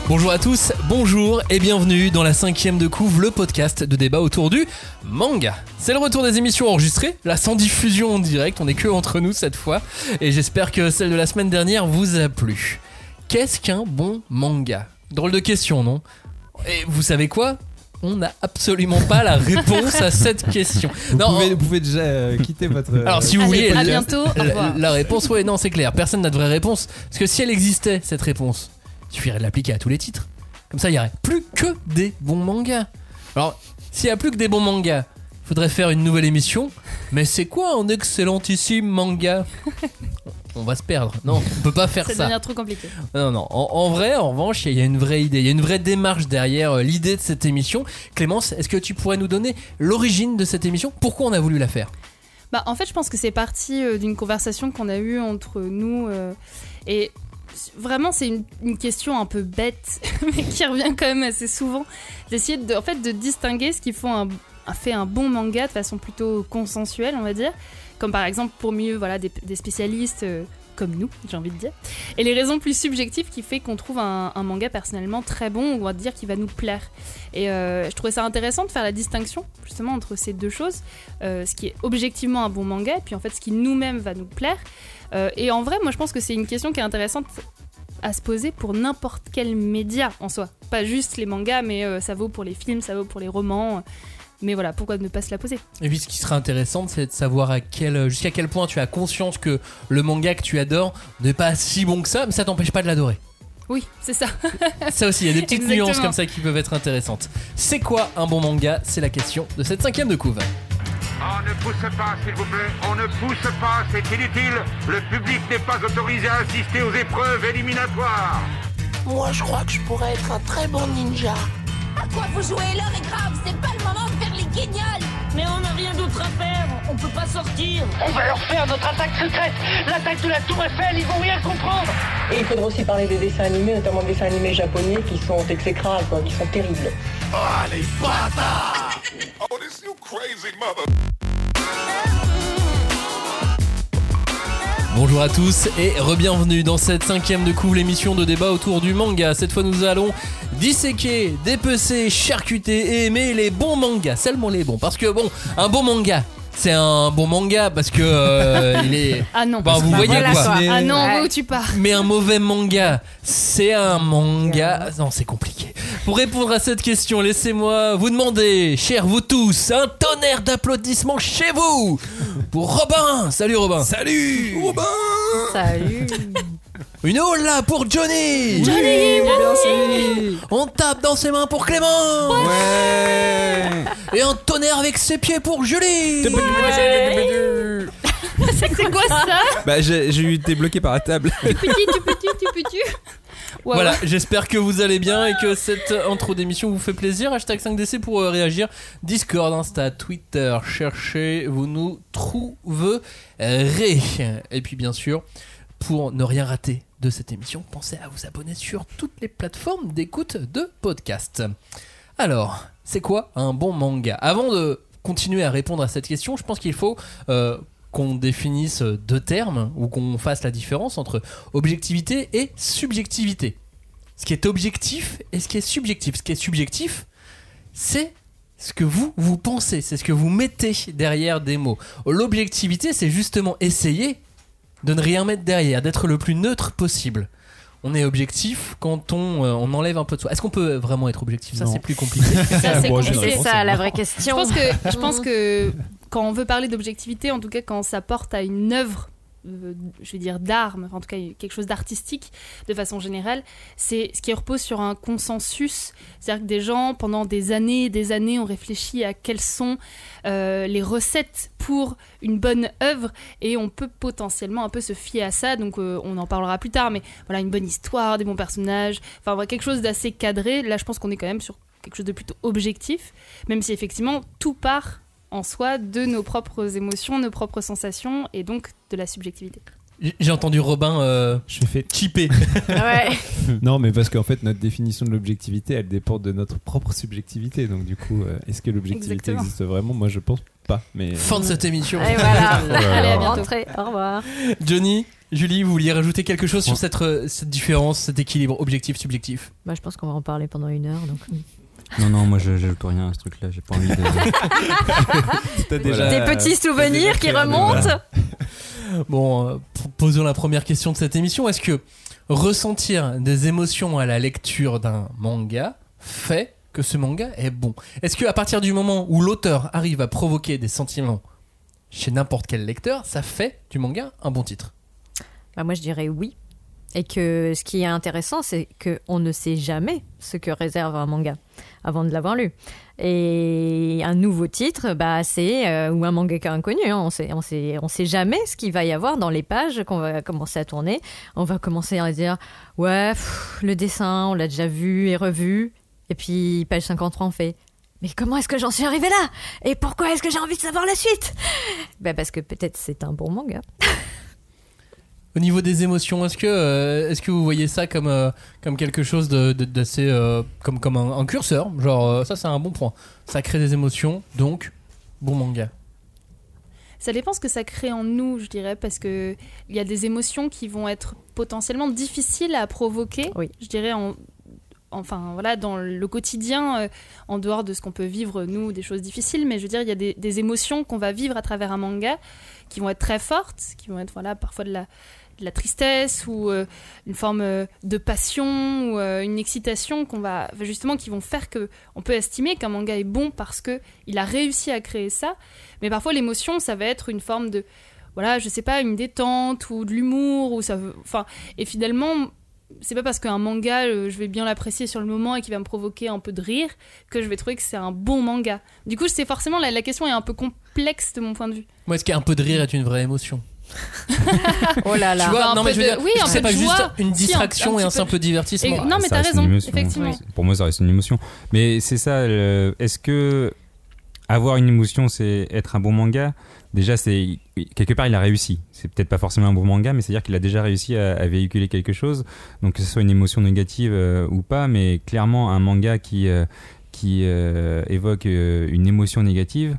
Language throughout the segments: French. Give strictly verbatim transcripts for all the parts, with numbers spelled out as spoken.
Bonjour à tous, bonjour et bienvenue dans la cinquième de couve, le podcast de débat autour du manga. C'est le retour des émissions enregistrées, là sans diffusion en direct, on est que entre nous cette fois, et j'espère que celle de la semaine dernière vous a plu. Qu'est-ce qu'un bon manga ? Drôle de question, non ? Et vous savez quoi ? On n'a absolument pas la réponse à cette question. Vous, non, pouvez, en... vous pouvez déjà euh, quitter votre... Alors si vous Allez, voulez... à la, bientôt, au revoir. La, la réponse, ouais, non, c'est clair. Personne n'a de vraie réponse. Parce que si elle existait, cette réponse, il suffirait de l'appliquer à tous les titres. Comme ça, il n'y aurait plus que des bons mangas. Alors, s'il n'y a plus que des bons mangas, il faudrait faire une nouvelle émission. Mais c'est quoi un excellentissime manga ? On va se perdre. Non, on peut pas faire ça. Ça devient trop compliqué. Non, non. En, en vrai, en revanche, il y a une vraie idée. Il y a une vraie démarche derrière euh, l'idée de cette émission. Clémence, est-ce que tu pourrais nous donner l'origine de cette émission ? Pourquoi on a voulu la faire ? Bah, en fait, je pense que c'est parti euh, d'une conversation qu'on a eue entre nous. Euh, et vraiment, c'est une, une question un peu bête, mais qui revient quand même assez souvent. D'essayer de, en fait, de distinguer ce qui font un, un, fait un bon manga de façon plutôt consensuelle, on va dire. Comme par exemple, pour mieux, voilà, des, des spécialistes euh, comme nous, j'ai envie de dire. Et les raisons plus subjectives qui fait qu'on trouve un, un manga personnellement très bon, ou on va dire qu'il va nous plaire. Et euh, je trouvais ça intéressant de faire la distinction, justement, entre ces deux choses. Euh, ce qui est objectivement un bon manga, et puis en fait, ce qui nous-mêmes va nous plaire. Euh, et en vrai, moi, je pense que c'est une question qui est intéressante à se poser pour n'importe quel média en soi. Pas juste les mangas, mais euh, ça vaut pour les films, ça vaut pour les romans. Mais voilà, pourquoi ne pas se la poser ? Et puis ce qui serait intéressant, c'est de savoir à quel, jusqu'à quel point tu as conscience que le manga que tu adores n'est pas si bon que ça, mais ça t'empêche pas de l'adorer. Oui, c'est ça. Ça aussi, il y a des petites Exactement. nuances comme ça qui peuvent être intéressantes. C'est quoi un bon manga ? C'est la question de cette cinquième de couve. On ne pousse pas, s'il vous plaît. On ne pousse pas, c'est inutile. Le public n'est pas autorisé à assister aux épreuves éliminatoires. Moi, je crois que je pourrais être un très bon ninja. À quoi vous jouez ? L'heure est grave, c'est pas le moment de faire les guignols. Mais on n'a rien d'autre à faire, on peut pas sortir. On va leur faire notre attaque secrète, l'attaque de la Tour Eiffel, ils vont rien comprendre. Et il faudra aussi parler des dessins animés, notamment des dessins animés japonais qui sont exécrables, quoi, qui sont terribles. Oh, les bâtards! Oh, this you crazy mother... Bonjour à tous et re-bienvenue dans cette cinquième de couve, l'émission de débat autour du manga. Cette fois, nous allons disséquer, dépecer, charcuter et aimer les bons mangas. Seulement les bons, parce que bon, un bon manga, c'est un bon manga parce que euh, il est. Ah non. Bah, vous bah, voyez voilà quoi. quoi. Ah non, Ouais. où tu pars ? Mais un mauvais manga, c'est un manga. Non, c'est compliqué. Pour répondre à cette question, laissez-moi vous demander, chers vous tous, un tonnerre d'applaudissements chez vous pour Robin. Salut Robin. Salut Robin. Salut. Une hola pour Johnny. Johnny, Merci. On tape dans ses mains pour Clément. Ouais. Et un tonnerre avec ses pieds pour Julie. C'est quoi ça ? Bah j'ai, j'ai été bloqué par la table. Tu petit, tu petit, tu petit. Ouais, Voilà, ouais. j'espère que vous allez bien et que cette intro d'émission vous fait plaisir. Hashtag cinq D C pour euh, réagir. Discord, Insta, Twitter, cherchez, vous nous trouverez. Et puis bien sûr, pour ne rien rater de cette émission, pensez à vous abonner sur toutes les plateformes d'écoute de podcast. Alors, c'est quoi un bon manga ? Avant de continuer à répondre à cette question, je pense qu'il faut... Euh, qu'on définisse deux termes ou qu'on fasse la différence entre objectivité et subjectivité. Ce qui est objectif et ce qui est subjectif. Ce qui est subjectif, c'est ce que vous, vous pensez, c'est ce que vous mettez derrière des mots. L'objectivité, c'est justement essayer de ne rien mettre derrière, d'être le plus neutre possible. On est objectif quand on, euh, on enlève un peu de soi. Est-ce qu'on peut vraiment être objectif ? Ça, Non. c'est plus compliqué. Ça, c'est Bon, j'ai compliqué. une réponse, C'est ça la non. vraie Je question. pense que, je pense que quand on veut parler d'objectivité, en tout cas quand ça porte à une œuvre, euh, je vais dire d'art, mais en tout cas quelque chose d'artistique de façon générale, c'est ce qui repose sur un consensus. C'est-à-dire que des gens, pendant des années et des années, ont réfléchi à quelles sont euh, les recettes pour une bonne œuvre et on peut potentiellement un peu se fier à ça. Donc euh, on en parlera plus tard, mais voilà, une bonne histoire, des bons personnages, enfin voilà, quelque chose d'assez cadré. Là, je pense qu'on est quand même sur quelque chose de plutôt objectif, même si effectivement tout part en soi de nos propres émotions, nos propres sensations et donc de la subjectivité. J'ai entendu Robin euh, Je fais chipper. Ouais. Non, mais parce qu'en fait, notre définition de l'objectivité, elle dépend de notre propre subjectivité. Donc, du coup, euh, est-ce que l'objectivité Exactement. existe vraiment ? Moi, je pense pas. Mais Fin de cette émission. Et voilà. Voilà. Allez, à bientôt. Rentrez. Au revoir. Johnny, Julie, vous vouliez rajouter quelque chose sur cette, euh, cette différence, cet équilibre objectif-subjectif? Bah, je pense qu'on va en parler pendant une heure. Donc... Non, non, moi je n'ajoute rien à ce truc-là, j'ai pas envie de. T'as déjà des petits souvenirs qui remontent. Bon, euh, posons la première question de cette émission. Est-ce que ressentir des émotions à la lecture d'un manga fait que ce manga est bon? Est-ce qu'à partir du moment où l'auteur arrive à provoquer des sentiments chez n'importe quel lecteur, ça fait du manga un bon titre? Bah moi je dirais oui. Et que ce qui est intéressant, c'est qu'on ne sait jamais ce que réserve un manga avant de l'avoir lu. Et un nouveau titre, bah, c'est euh, ou un mangaka inconnu. Hein, on sait, on sait, on sait jamais ce qu'il va y avoir dans les pages qu'on va commencer à tourner. On va commencer à dire ouais, pff, le dessin, on l'a déjà vu et revu. Et puis page cinquante-trois, on fait mais comment est-ce que j'en suis arrivé là? Et pourquoi est-ce que j'ai envie de savoir la suite? Bah parce que peut-être c'est un bon manga. Au niveau des émotions, est-ce que, euh, est-ce que vous voyez ça comme, euh, comme quelque chose de, de, d'assez... Euh, comme, comme un, un curseur? Genre, euh, ça c'est un bon point. Ça crée des émotions, donc, bon manga. Ça dépend ce que ça crée en nous, je dirais, parce qu'il y a des émotions qui vont être potentiellement difficiles à provoquer, oui. je dirais, en, enfin, voilà, dans le quotidien, euh, en dehors de ce qu'on peut vivre, nous, des choses difficiles, mais je veux dire, il y a des, des émotions qu'on va vivre à travers un manga qui vont être très fortes, qui vont être, voilà, parfois de la... de la tristesse ou euh, une forme euh, de passion ou euh, une excitation qu'on va justement qui vont faire que on peut estimer qu'un manga est bon parce que il a réussi à créer ça. Mais parfois l'émotion ça va être une forme de voilà je sais pas une détente ou de l'humour ou ça enfin et finalement c'est pas parce qu'un manga euh, je vais bien l'apprécier sur le moment et qu'il va me provoquer un peu de rire que je vais trouver que c'est un bon manga. Du coup c'est forcément la, la question est un peu complexe de mon point de vue. Moi est-ce qu'un peu de rire est une vraie émotion? Oh là là. Tu vois, un non mais je veux de... dire, oui, un c'est peu pas de juste joie. une distraction si, un, un et un peu... simple divertissement. Et, non mais ça t'as raison, émotion, effectivement. Pour moi ça reste une émotion. Mais c'est ça, le... est-ce que avoir une émotion c'est être un bon manga? Déjà c'est quelque part il a réussi. C'est peut-être pas forcément un bon manga, mais c'est-à-dire qu'il a déjà réussi à, à véhiculer quelque chose. Donc que ce soit une émotion négative euh, ou pas, mais clairement un manga qui euh, qui euh, évoque euh, une émotion négative,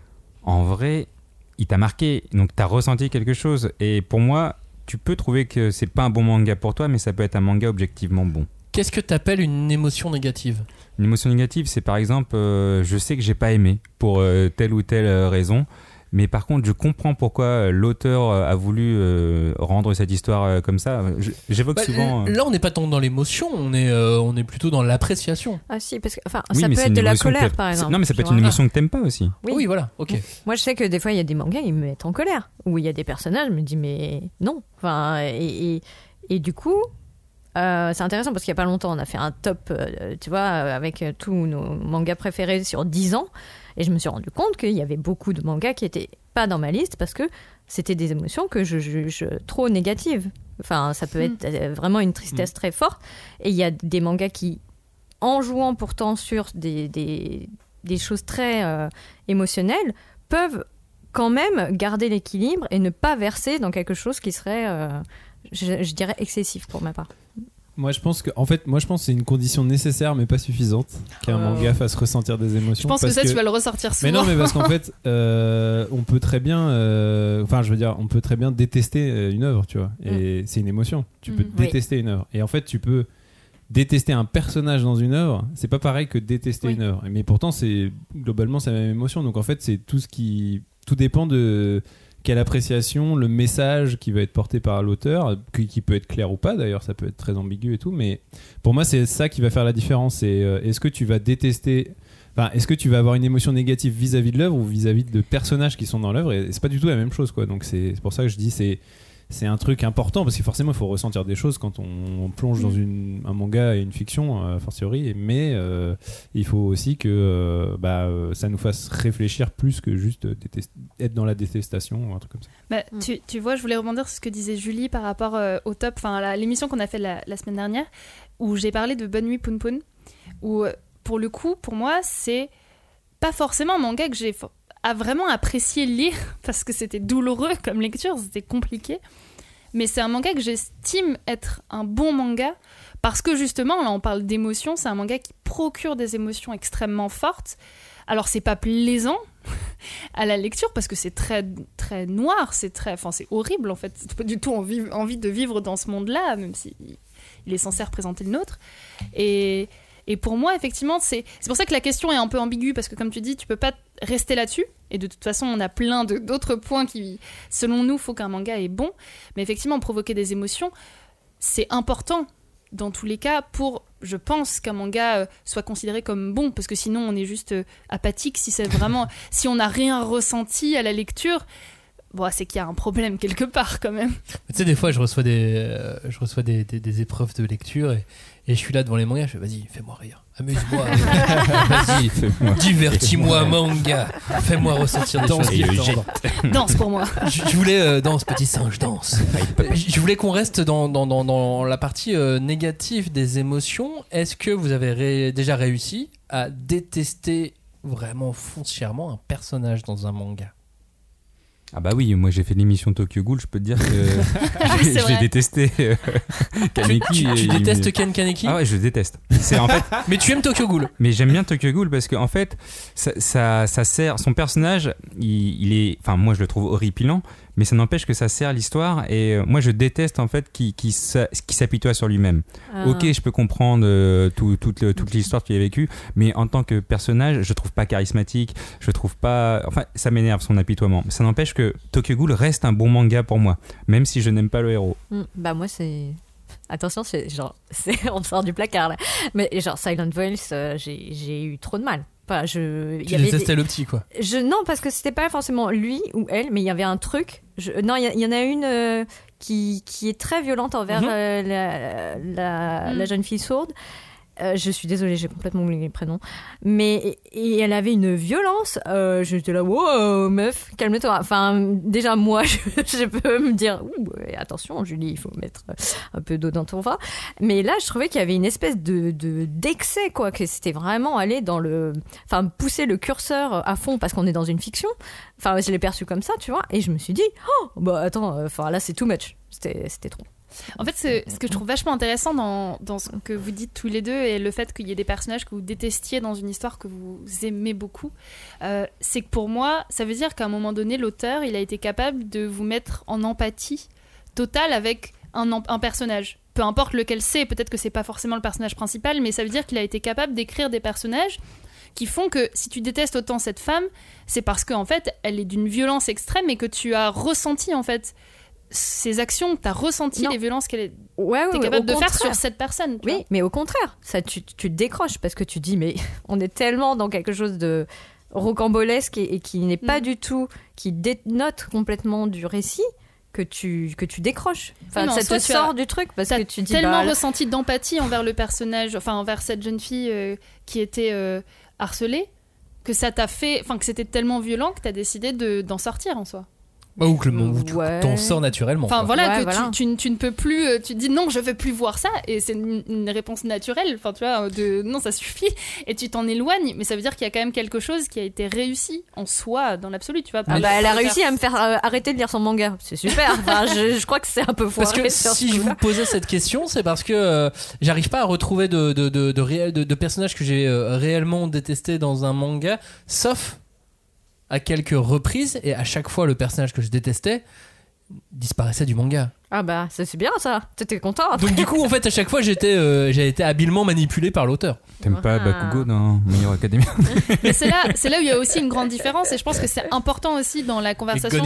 en vrai, il t'a marqué, donc t'as ressenti quelque chose. Et pour moi, tu peux trouver que c'est pas un bon manga pour toi, mais ça peut être un manga objectivement bon. Qu'est-ce que t'appelles une émotion négative? Une émotion négative, c'est par exemple, euh, je sais que j'ai pas aimé pour euh, telle ou telle euh, raison, mais par contre, je comprends pourquoi l'auteur a voulu euh, rendre cette histoire euh, comme ça. Je, j'évoque bah, souvent. Euh... Là, on n'est pas tant dans l'émotion, on est, euh, on est plutôt dans l'appréciation. Ah si, parce que enfin, oui, ça peut être de la colère, par exemple. Non, mais ça peut être une émotion que t'aimes pas aussi. Oui, oui voilà, ok. Moi, je sais que des fois, il y a des mangas, ils me mettent en colère, où il y a des personnages, je me dis mais non. Enfin, et, et, et du coup. Euh, c'est intéressant parce qu'il n'y a pas longtemps, on a fait un top, euh, tu vois, avec euh, tous nos mangas préférés sur dix ans. Et je me suis rendu compte qu'il y avait beaucoup de mangas qui n'étaient pas dans ma liste parce que c'était des émotions que je juge trop négatives. Enfin, ça peut être euh, vraiment une tristesse mmh. très forte. Et il y a des mangas qui, en jouant pourtant sur des, des, des choses très euh, émotionnelles, peuvent quand même garder l'équilibre et ne pas verser dans quelque chose qui serait... Euh, Je, je dirais excessif pour ma part. Moi je pense que en fait moi je pense que c'est une condition nécessaire mais pas suffisante qu'un euh... manga fasse ressentir des émotions. Je pense que ça que... tu vas le ressortir souvent. Mais non mais parce qu'en fait euh, on peut très bien enfin euh, je veux dire on peut très bien détester une œuvre tu vois et mm. c'est une émotion. Tu mm. peux oui. détester une œuvre et en fait tu peux détester un personnage dans une œuvre, c'est pas pareil que détester oui. une œuvre. Mais pourtant c'est globalement c'est la même émotion donc en fait c'est tout ce qui tout dépend de quelle appréciation, le message qui va être porté par l'auteur, qui, qui peut être clair ou pas d'ailleurs, ça peut être très ambigu et tout, mais pour moi c'est ça qui va faire la différence. C'est euh, est-ce que tu vas détester, enfin est-ce que tu vas avoir une émotion négative vis-à-vis de l'œuvre ou vis-à-vis de personnages qui sont dans l'œuvre, et c'est pas du tout la même chose quoi. Donc c'est, c'est pour ça que je dis c'est c'est un truc important parce que forcément il faut ressentir des choses quand on, on plonge dans une, un manga et une fiction a fortiori, mais euh, il faut aussi que euh, bah, ça nous fasse réfléchir plus que juste détest- être dans la détestation ou un truc comme ça. Bah, mm. tu, tu vois, je voulais rebondir sur ce que disait Julie par rapport euh, au top, enfin la, l'émission qu'on a fait la, la semaine dernière où j'ai parlé de Bonne Nuit Poun Poun, où pour le coup pour moi c'est pas forcément un manga que j'ai a vraiment apprécié lire parce que c'était douloureux comme lecture, c'était compliqué. mais c'est un manga que j'estime être un bon manga parce que justement, là on parle d'émotions, c'est un manga qui procure des émotions extrêmement fortes. Alors c'est pas plaisant à la lecture parce que c'est très très noir, c'est très, enfin c'est horrible en fait, c'est pas du tout envie, envie de vivre dans ce monde-là, même si il est censé représenter le nôtre. Et Et pour moi, effectivement, c'est, c'est pour ça que la question est un peu ambiguë, parce que comme tu dis, tu peux pas rester là-dessus. Et de toute façon, on a plein de, d'autres points qui, selon nous, faut qu'un manga est bon. Mais effectivement, provoquer des émotions, c'est important dans tous les cas pour, je pense, qu'un manga euh, soit considéré comme bon, parce que sinon, on est juste euh, apathique. Si c'est vraiment, si on n'a rien ressenti à la lecture. Bon, c'est qu'il y a un problème quelque part quand même. Tu sais, des fois, je reçois des, euh, je reçois des, des, des épreuves de lecture et, et je suis là devant les mangas. Je fais, vas-y, fais-moi rire, amuse-moi, vas-y, fais-moi. Divertis-moi, manga, fais-moi ressentir des danse, choses. Danse pour moi. Je, je voulais euh, danse, petit singe, danse. Je voulais qu'on reste dans, dans, dans, dans la partie euh, négative des émotions. Est-ce que vous avez ré- déjà réussi à détester vraiment foncièrement un personnage dans un manga? Ah bah oui, moi j'ai fait l'émission Tokyo Ghoul, je peux te dire que j'ai, je l'ai détesté. Euh, Kaneki. Tu, tu, tu et, détestes et, Ken Kaneki? Ah ouais, je déteste. C'est en fait. Mais tu aimes Tokyo Ghoul? Mais j'aime bien Tokyo Ghoul parce que en fait, ça, ça, ça sert. Son personnage, il, il est, enfin moi je le trouve horripilant, mais ça n'empêche que ça sert l'histoire. Et euh, moi je déteste en fait qu'il, qu'il, qu'il s'apitoie sur lui-même. Ah. Ok, je peux comprendre euh, tout, toute, le, toute l'histoire qu'il a vécue, mais en tant que personnage, je trouve pas charismatique. Je trouve pas. Enfin, ça m'énerve son apitoiement. Ça n'empêche que Tokyo Ghoul reste un bon manga pour moi, même si je n'aime pas le héros. Mmh, bah moi c'est... Attention, c'est genre, c'est... on sort du placard là. Mais genre Silent Voice, euh, j'ai, j'ai eu trop de mal. Enfin, je... Tu détestais des... le petit quoi. Je... Non, parce que c'était pas forcément lui ou elle, mais il y avait un truc. Je... Non, il y, y en a une euh, qui... qui est très violente envers mmh. euh, la, la... Mmh. la jeune fille sourde. Euh, je suis désolée, j'ai complètement oublié les prénoms. Mais et elle avait une violence. Euh, j'étais là, wow, meuf, calme-toi. Enfin, déjà moi, je, je peux me dire, ouh, attention, Julie, il faut mettre un peu d'eau dans ton vin. Mais là, je trouvais qu'il y avait une espèce de, de d'excès, quoi, que c'était vraiment aller dans le, enfin, pousser le curseur à fond parce qu'on est dans une fiction. Enfin, je l'ai perçu comme ça, tu vois. Et je me suis dit, oh, bah attends, enfin là, c'est too much. C'était, c'était trop. En fait, c'est, ce que je trouve vachement intéressant dans, dans ce que vous dites tous les deux et le fait qu'il y ait des personnages que vous détestiez dans une histoire que vous aimez beaucoup, euh, c'est que pour moi, ça veut dire qu'à un moment donné, l'auteur, il a été capable de vous mettre en empathie totale avec un, un personnage. Peu importe lequel c'est, peut-être que c'est pas forcément le personnage principal, mais ça veut dire qu'il a été capable d'écrire des personnages qui font que si tu détestes autant cette femme, c'est parce qu'en fait, elle est d'une violence extrême et que tu as ressenti en fait ces actions, tu as ressenti non. les violences qu'elle est ouais, ouais, capable ouais, de faire sur cette personne. Oui, vois. Mais au contraire, ça, tu, tu te décroches parce que tu dis, mais on est tellement dans quelque chose de rocambolesque et, et qui n'est pas mm. du tout, qui dénote complètement du récit, que tu, que tu décroches. Enfin, oui, ça te sort as, du truc parce que tu dis... tellement bah, ressenti d'empathie envers le personnage, enfin envers cette jeune fille euh, qui était euh, harcelée, que ça t'a fait, enfin que c'était tellement violent que tu as décidé de, d'en sortir en soi. Bah, ou que le où tu ouais. t'en sors naturellement. Enfin quoi. voilà, ouais, que voilà. Tu, tu, tu ne peux plus, tu te dis non, je veux plus voir ça, et c'est une, une réponse naturelle. Enfin tu vois, de non, ça suffit, et tu t'en éloignes. Mais ça veut dire qu'il y a quand même quelque chose qui a été réussi en soi, dans l'absolu, tu vois. Ah bah, elle a réussi à me faire euh, arrêter de lire son manga. C'est super. Enfin, je, je crois que c'est un peu foiré. Parce que si je vous posais cette question, c'est parce que euh, j'arrive pas à retrouver de de de de, réel, de, de personnages que j'ai euh, réellement détestés dans un manga, sauf à quelques reprises, et à chaque fois le personnage que je détestais disparaissait du manga. Ah bah ça, c'est bien ça, t'étais content après. Donc du coup en fait à chaque fois j'étais, euh, j'ai été habilement manipulé par l'auteur. T'aimes pas Bakugo dans My Hero Academia? Mais c'est là, c'est là où il y a aussi une grande différence, et je pense que c'est important aussi dans la conversation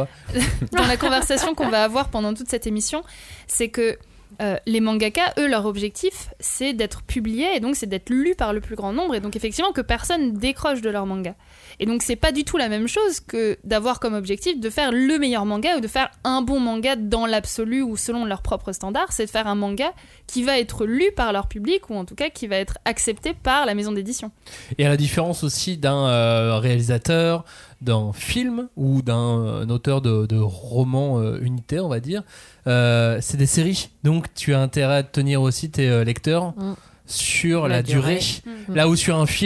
dans la conversation qu'on va avoir pendant toute cette émission, c'est que Euh, les mangaka, eux, leur objectif, c'est d'être publiés, et donc c'est d'être lus par le plus grand nombre, et donc effectivement que personne décroche de leur manga. Et donc c'est pas du tout la même chose que d'avoir comme objectif de faire le meilleur manga ou de faire un bon manga dans l'absolu ou selon leurs propres standards. C'est de faire un manga qui va être lu par leur public, ou en tout cas qui va être accepté par la maison d'édition. Et à la différence aussi d'un euh, réalisateur, d'un film ou d'un un auteur de, de roman euh, unitaire, on va dire, euh, c'est des séries, donc tu as intérêt à tenir aussi tes euh, lecteurs mmh. sur la, la durée, durée. Mmh. Là où sur un film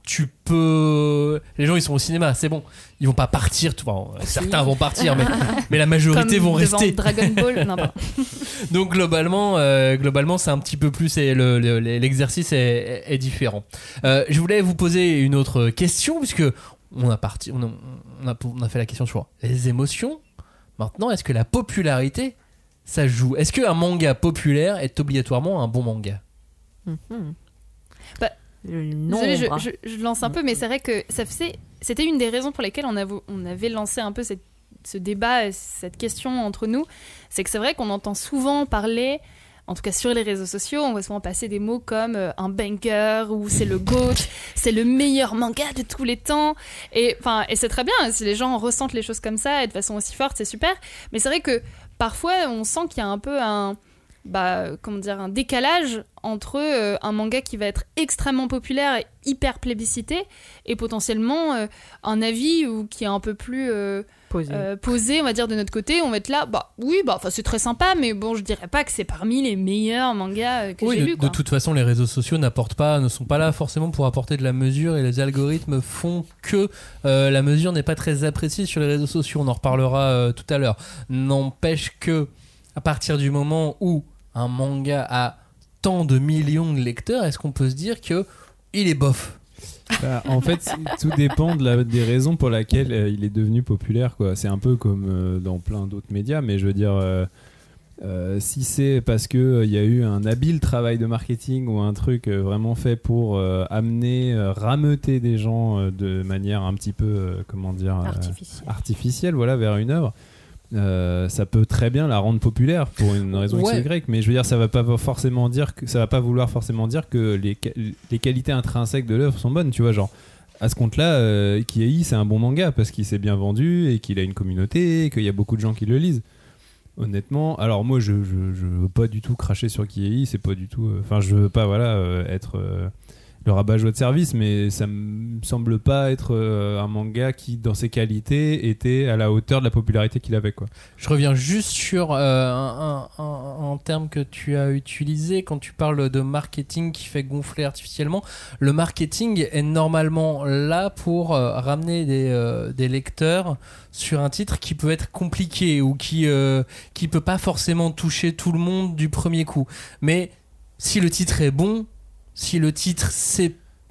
tu peux. Les gens, ils sont au cinéma, c'est bon. Ils vont pas partir. Enfin, certains vont partir, mais, mais la majorité Comme vont devant rester. Dragon Ball, non, pas. Donc globalement, euh, globalement, c'est un petit peu plus. Et le, le, l'exercice est, est différent. Euh, je voulais vous poser une autre question, puisque on a parti, on a, on a, on a fait la question sur les émotions. Maintenant, est-ce que la popularité, ça joue ? Est-ce qu'un manga populaire est obligatoirement un bon manga ? Mm-hmm. Bah, non, désolé, je, je, je lance un peu, mais c'est vrai que ça faisait, c'était une des raisons pour lesquelles on, a, on avait lancé un peu cette, ce débat, cette question entre nous. C'est que c'est vrai qu'on entend souvent parler, en tout cas sur les réseaux sociaux, on voit souvent passer des mots comme euh, un banger ou c'est le GOAT, c'est le meilleur manga de tous les temps. Et, et c'est très bien, si les gens ressentent les choses comme ça et de façon aussi forte, c'est super. Mais c'est vrai que parfois, on sent qu'il y a un peu un... Bah, comment dire, un décalage entre euh, un manga qui va être extrêmement populaire et hyper plébiscité et potentiellement euh, un avis ou qui est un peu plus euh, posé. Euh, posé, on va dire, de notre côté. On va être là, bah oui, bah c'est très sympa, mais bon, je dirais pas que c'est parmi les meilleurs mangas euh, que oui, j'ai de, lus. Quoi. De toute façon, les réseaux sociaux n'apportent pas, ne sont pas là forcément pour apporter de la mesure, et les algorithmes font que euh, la mesure n'est pas très appréciée sur les réseaux sociaux. On en reparlera euh, tout à l'heure. N'empêche que à partir du moment où un manga a tant de millions de lecteurs, est-ce qu'on peut se dire que il est bof ? Bah, en fait, tout dépend de la, des raisons pour lesquelles euh, il est devenu populaire, quoi. C'est un peu comme euh, dans plein d'autres médias, mais je veux dire, euh, euh, si c'est parce qu'il euh, y a eu un habile travail de marketing ou un truc euh, vraiment fait pour euh, amener, euh, rameuter des gens euh, de manière un petit peu, euh, comment dire, euh, artificielle. artificielle, voilà, vers une œuvre. Euh, ça peut très bien la rendre populaire pour une raison ouais. X ou Y, mais je veux dire, ça va pas forcément dire que ça va pas vouloir forcément dire que les, les qualités intrinsèques de l'œuvre sont bonnes, tu vois, genre à ce compte-là, euh, Kiei c'est un bon manga parce qu'il s'est bien vendu et qu'il a une communauté et qu'il y a beaucoup de gens qui le lisent. Honnêtement, alors moi je je, je veux pas du tout cracher sur Kiei, c'est pas du tout, enfin euh, je veux pas voilà euh, être euh, le rabat-joie de service, mais ça me semble pas être euh, un manga qui, dans ses qualités, était à la hauteur de la popularité qu'il avait, quoi. Je reviens juste sur euh, un, un, un, un terme que tu as utilisé quand tu parles de marketing qui fait gonfler artificiellement. Le marketing est normalement là pour euh, ramener des, euh, des lecteurs sur un titre qui peut être compliqué ou qui euh, qui peut pas forcément toucher tout le monde du premier coup. Mais si le titre est bon, si le titre sait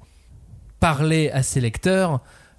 parler à ses lecteurs,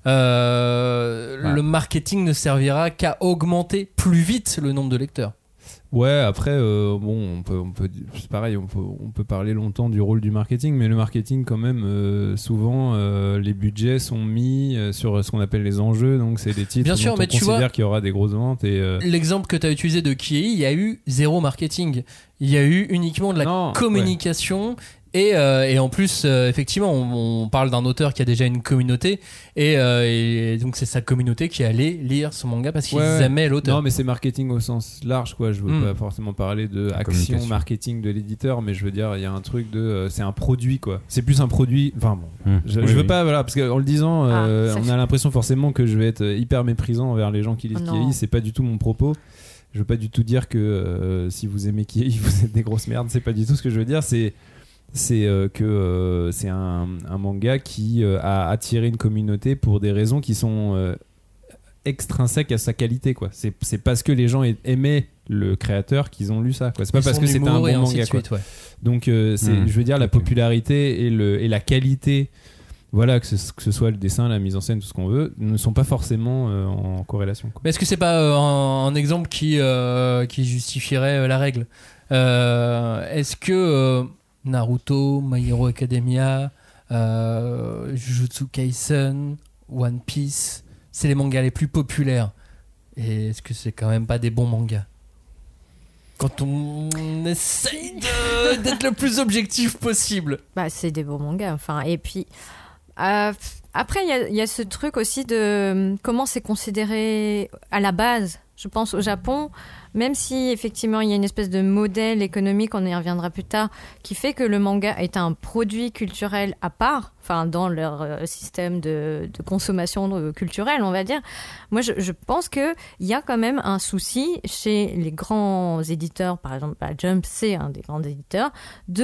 euh, ouais. le marketing ne servira qu'à augmenter plus vite le nombre de lecteurs. Ouais, après, euh, bon, on peut, on peut, c'est pareil, on peut, on peut parler longtemps du rôle du marketing, mais le marketing, quand même, euh, souvent, euh, les budgets sont mis euh, sur ce qu'on appelle les enjeux, donc c'est des titres Bien dont sûr, on mais considère tu vois, qu'il y aura des grosses ventes. Et, euh... l'exemple que tu as utilisé de Kiei, il y a eu zéro marketing. Il y a eu uniquement de la non, communication. Ouais. Et, euh, et en plus, euh, effectivement, on, on parle d'un auteur qui a déjà une communauté, et, euh, et donc c'est sa communauté qui allait lire son manga parce qu'ils ouais, aimaient l'auteur. Non, mais c'est marketing au sens large, quoi. Je veux mm. pas forcément parler de action marketing de l'éditeur, mais je veux dire, il y a un truc de, euh, c'est un produit, quoi. C'est plus un produit. Enfin bon, mm. je, oui, je veux oui. pas, voilà, parce qu'en le disant, euh, ah, on a l'impression forcément que je vais être hyper méprisant envers les gens qui lisent oh, Kiei. C'est pas du tout mon propos. Je veux pas du tout dire que euh, si vous aimez Kiei, vous êtes des grosses merdes. C'est pas du tout ce que je veux dire. C'est c'est euh, que euh, c'est un, un manga qui euh, a attiré une communauté pour des raisons qui sont euh, extrinsèques à sa qualité, quoi. C'est, c'est parce que les gens aimaient le créateur qu'ils ont lu ça, quoi. C'est pas parce que c'était un bon manga, quoi. Suite, ouais. Donc euh, c'est, mmh. je veux dire, la popularité et, le, et la qualité, voilà, que ce, que ce soit le dessin, la mise en scène, tout ce qu'on veut, ne sont pas forcément euh, en corrélation, quoi. Mais est-ce que c'est pas euh, un, un exemple qui, euh, qui justifierait euh, la règle euh, Est-ce que euh, Naruto, My Hero Academia, euh, Jujutsu Kaisen, One Piece, c'est les mangas les plus populaires. Et est-ce que c'est quand même pas des bons mangas ? Quand on essaye de, d'être le plus objectif possible. Bah, c'est des bons mangas. Enfin, et puis, euh, après, il y, y a ce truc aussi de comment c'est considéré à la base. Je pense au Japon, même si effectivement il y a une espèce de modèle économique, on y reviendra plus tard, qui fait que le manga est un produit culturel à part, enfin dans leur euh, système de, de consommation de, culturelle, on va dire. Moi, je, je pense qu'il y a quand même un souci chez les grands éditeurs, par exemple, bah, Jump, c'est un des grands éditeurs, de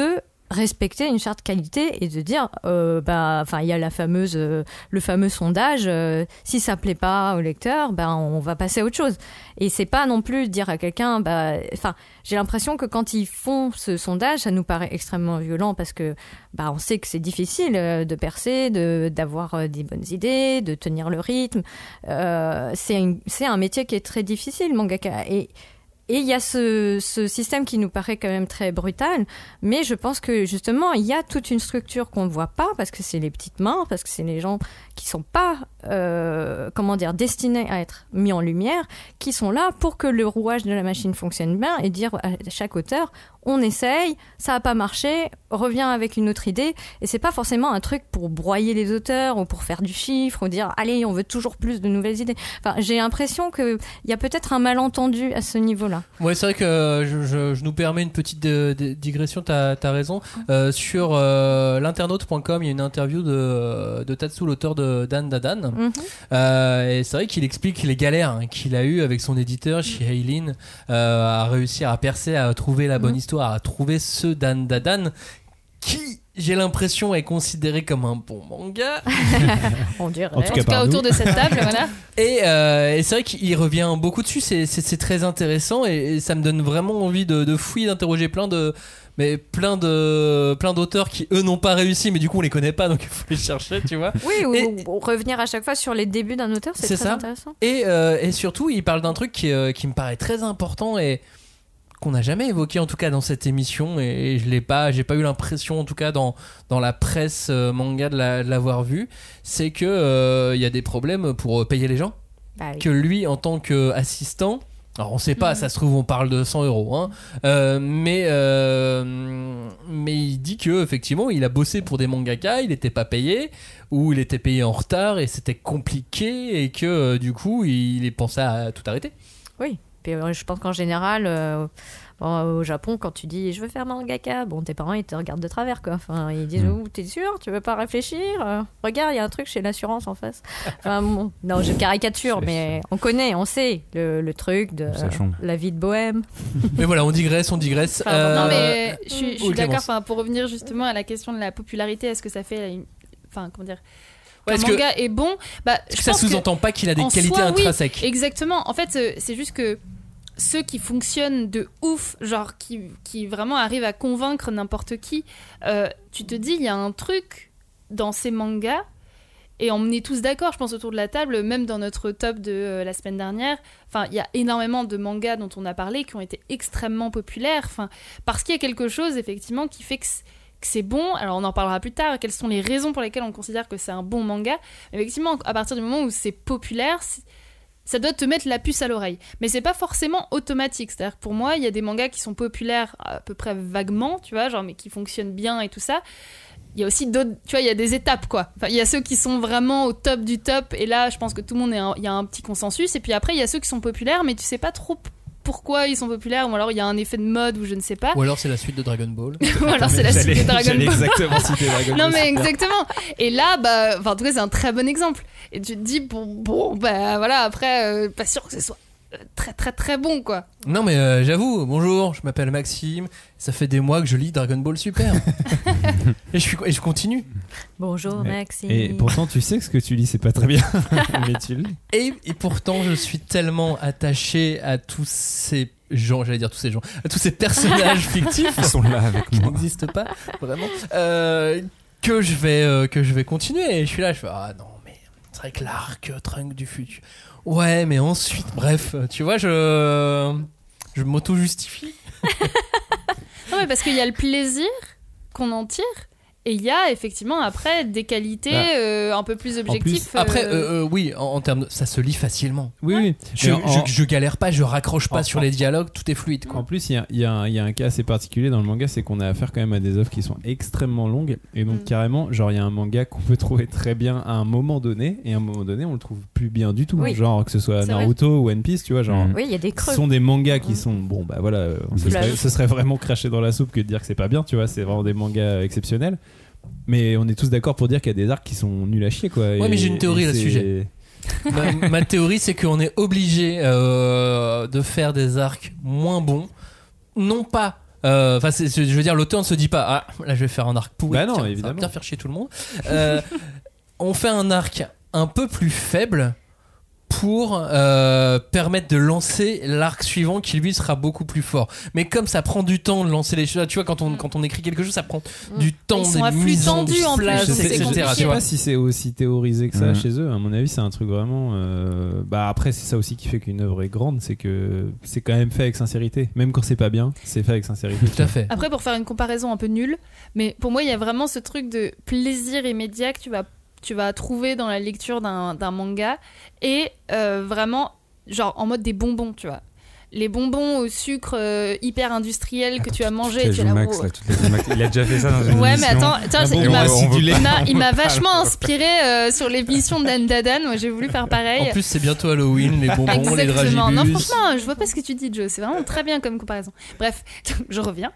respecter une charte qualité et de dire euh, bah enfin il y a la fameuse euh, le fameux sondage euh, si ça plaît pas au lecteur bah on va passer à autre chose et c'est pas non plus dire à quelqu'un bah enfin j'ai l'impression que quand ils font ce sondage ça nous paraît extrêmement violent parce que bah on sait que c'est difficile euh, de percer de d'avoir euh, des bonnes idées de tenir le rythme euh, c'est une, c'est un métier qui est très difficile mangaka et Et il y a ce, ce système qui nous paraît quand même très brutal, mais je pense que justement, il y a toute une structure qu'on ne voit pas, parce que c'est les petites mains, parce que c'est les gens qui ne sont pas, euh, comment dire, destinés à être mis en lumière, qui sont là pour que le rouage de la machine fonctionne bien et dire à chaque auteur, on essaye, ça n'a pas marché, reviens avec une autre idée. Et c'est pas forcément un truc pour broyer les auteurs ou pour faire du chiffre ou dire allez, on veut toujours plus de nouvelles idées. Enfin, j'ai l'impression qu'il y a peut-être un malentendu à ce niveau-là. Ouais, c'est vrai que je, je, je nous permets une petite de, de, digression, t'as as raison. Euh, sur euh, l'internaute point com, il y a une interview de, de Tatsu, l'auteur de Dan Dadan. Mm-hmm. Euh, et c'est vrai qu'il explique les galères hein, qu'il a eues avec son éditeur, Shiheilin, euh, à réussir à percer, à trouver la bonne mm-hmm. histoire, à trouver ce Dan Dadan qui, j'ai l'impression, est considéré comme un bon manga. On dirait. En tout cas, en tout cas autour de cette table, voilà. Et, euh, et c'est vrai qu'il revient beaucoup dessus, c'est, c'est, c'est très intéressant et, et ça me donne vraiment envie de, de fouiller, d'interroger plein de, mais plein de, plein d'auteurs qui eux n'ont pas réussi, mais du coup on les connaît pas, donc il faut les chercher, tu vois. Oui, ou, et, ou revenir à chaque fois sur les débuts d'un auteur, c'est, c'est très ça. intéressant. Et, euh, et surtout, il parle d'un truc qui, euh, qui me paraît très important et qu'on n'a jamais évoqué en tout cas dans cette émission et je l'ai pas, j'ai pas eu l'impression en tout cas dans dans la presse euh, manga de, la, de l'avoir vu, c'est que il euh, y a des problèmes pour payer les gens, bah oui. Que lui en tant qu'assistant, alors on sait pas, mmh. ça se trouve on parle de cent euros, hein, euh, mais euh, mais il dit que effectivement il a bossé pour des mangaka, il était pas payé ou il était payé en retard et c'était compliqué et que euh, du coup il est pensé à tout arrêter. Oui. Puis, euh, je pense qu'en général, euh, bon, au Japon, quand tu dis je veux faire mangaka, bon, tes parents ils te regardent de travers quoi. Enfin, ils disent mmh. t'es sûr, tu veux pas réfléchir euh, regarde, il y a un truc chez l'assurance en face. Enfin, bon, non, je caricature, mais on connaît, on sait le, le truc de euh, la vie de bohème. Mais voilà, on digresse, on digresse. Enfin, euh... Non, mais je suis, je suis d'accord. Enfin, pour revenir justement à la question de la popularité, est-ce que ça fait, une... enfin, comment dire. Ouais, un manga est bon, bah, est-ce que ça sous-entend que pas qu'il a des qualités soi, intrinsèques. Oui, exactement. En fait, c'est juste que ceux qui fonctionnent de ouf, genre qui, qui vraiment arrivent à convaincre n'importe qui, euh, tu te dis, il y a un truc dans ces mangas, et on est tous d'accord, je pense, autour de la table, même dans notre top de euh, la semaine dernière, enfin, il y a énormément de mangas dont on a parlé qui ont été extrêmement populaires, enfin, parce qu'il y a quelque chose, effectivement, qui fait que c'est, que c'est bon. Alors on en parlera plus tard, quelles sont les raisons pour lesquelles on considère que c'est un bon manga. Effectivement, à partir du moment où c'est populaire, c'est... ça doit te mettre la puce à l'oreille. Mais c'est pas forcément automatique. C'est-à-dire que pour moi, il y a des mangas qui sont populaires à peu près vaguement, tu vois, genre, mais qui fonctionnent bien et tout ça. Il y a aussi d'autres, tu vois, il y a des étapes, quoi. Enfin, il y a ceux qui sont vraiment au top du top, et là, je pense que tout le monde est un... il y a un petit consensus. Et puis après, il y a ceux qui sont populaires, mais tu sais pas trop pourquoi ils sont populaires, ou alors il y a un effet de mode, ou je ne sais pas. Ou alors c'est la suite de Dragon Ball. Ou alors c'est la suite de Dragon j'allais Ball. exactement citer Dragon Ball. Non mais exactement. Et là, bah, enfin, en tout cas, c'est un très bon exemple. Et tu te dis, bon, bon bah voilà, après, euh, pas sûr que ce soit très très très bon, quoi. Non mais euh, j'avoue, bonjour, je m'appelle Maxime, ça fait des mois que je lis Dragon Ball Super. et, je suis, et je continue. Bonjour Maxime. Et pourtant tu sais que ce que tu lis c'est pas très bien. Mais tu lis. Et, et pourtant je suis tellement attaché à tous ces gens, j'allais dire tous ces gens, à tous ces personnages fictifs. Ils sont là avec qui moi. n'existent pas, vraiment. Euh, que, je vais, euh, que je vais continuer. Et je suis là, je fais, ah non mais c'est vrai que l'arc Trunk du futur... Ouais, mais ensuite, bref, tu vois, je, je m'auto-justifie. Non, mais parce qu'il y a le plaisir qu'on en tire, et il y a effectivement après des qualités bah, euh, un peu plus objectives. Plus, après, euh, euh, oui, en, en termes de, ça se lit facilement. Oui, oui. Je, en, je, je galère pas, je raccroche pas en, sur les dialogues, tout est fluide, quoi. En plus, il y, y, y a un cas assez particulier dans le manga, c'est qu'on a affaire quand même à des œuvres qui sont extrêmement longues, et donc mm. carrément, genre il y a un manga qu'on peut trouver très bien à un moment donné, et à un moment donné, on le trouve plus bien du tout. Oui. Genre que ce soit c'est Naruto vrai. Ou One Piece, tu vois, genre. Oui, il y a des creux. Ce sont des mangas qui sont, bon bah voilà, ce serait, ce serait vraiment cracher dans la soupe que de dire que c'est pas bien, tu vois, c'est vraiment des mangas exceptionnels. Mais on est tous d'accord pour dire qu'il y a des arcs qui sont nuls à chier, quoi. Ouais, et, mais j'ai une théorie à ce sujet. ma, ma théorie, c'est qu'on est obligé euh, de faire des arcs moins bons, non pas Enfin, euh, je veux dire, l'auteur ne se dit pas, ah, là, je vais faire un arc pourri. Bah non, tiens, évidemment. Ça va bien faire chier tout le monde. Euh, on fait un arc un peu plus faible pour euh, permettre de lancer l'arc suivant qui lui sera beaucoup plus fort. Mais comme ça prend du temps de lancer les choses, tu vois, quand on, quand on écrit quelque chose, ça prend mmh. du temps. Ils sont à flux tendu en plus. Je sais, je sais, je sais pas si c'est aussi théorisé que ça mmh. chez eux. À mon avis, c'est un truc vraiment. Euh... Bah après, c'est ça aussi qui fait qu'une œuvre est grande, c'est que c'est quand même fait avec sincérité. Même quand c'est pas bien, c'est fait avec sincérité. Tout à fait. Après, pour faire une comparaison un peu nulle, mais pour moi, il y a vraiment ce truc de plaisir immédiat que tu vas tu vas trouver dans la lecture d'un, d'un manga et euh, vraiment genre en mode des bonbons, tu vois. Les bonbons au sucre euh, hyper industriel que attends, tu as mangé, tu là, Max, oh. là, Max. Il a déjà fait ça dans une ouais, émission. mais attends, tiens, Ah bon, il, m'a, on veut- il, m'a, il m'a vachement inspiré euh, sur l'émission d'Anne Dadan. Moi, j'ai voulu faire pareil. En plus, c'est bientôt Halloween, les bonbons, les Exactement. dragibus. Non, franchement, je vois pas ce que tu dis, Joe. C'est vraiment très bien comme comparaison. Bref, je reviens.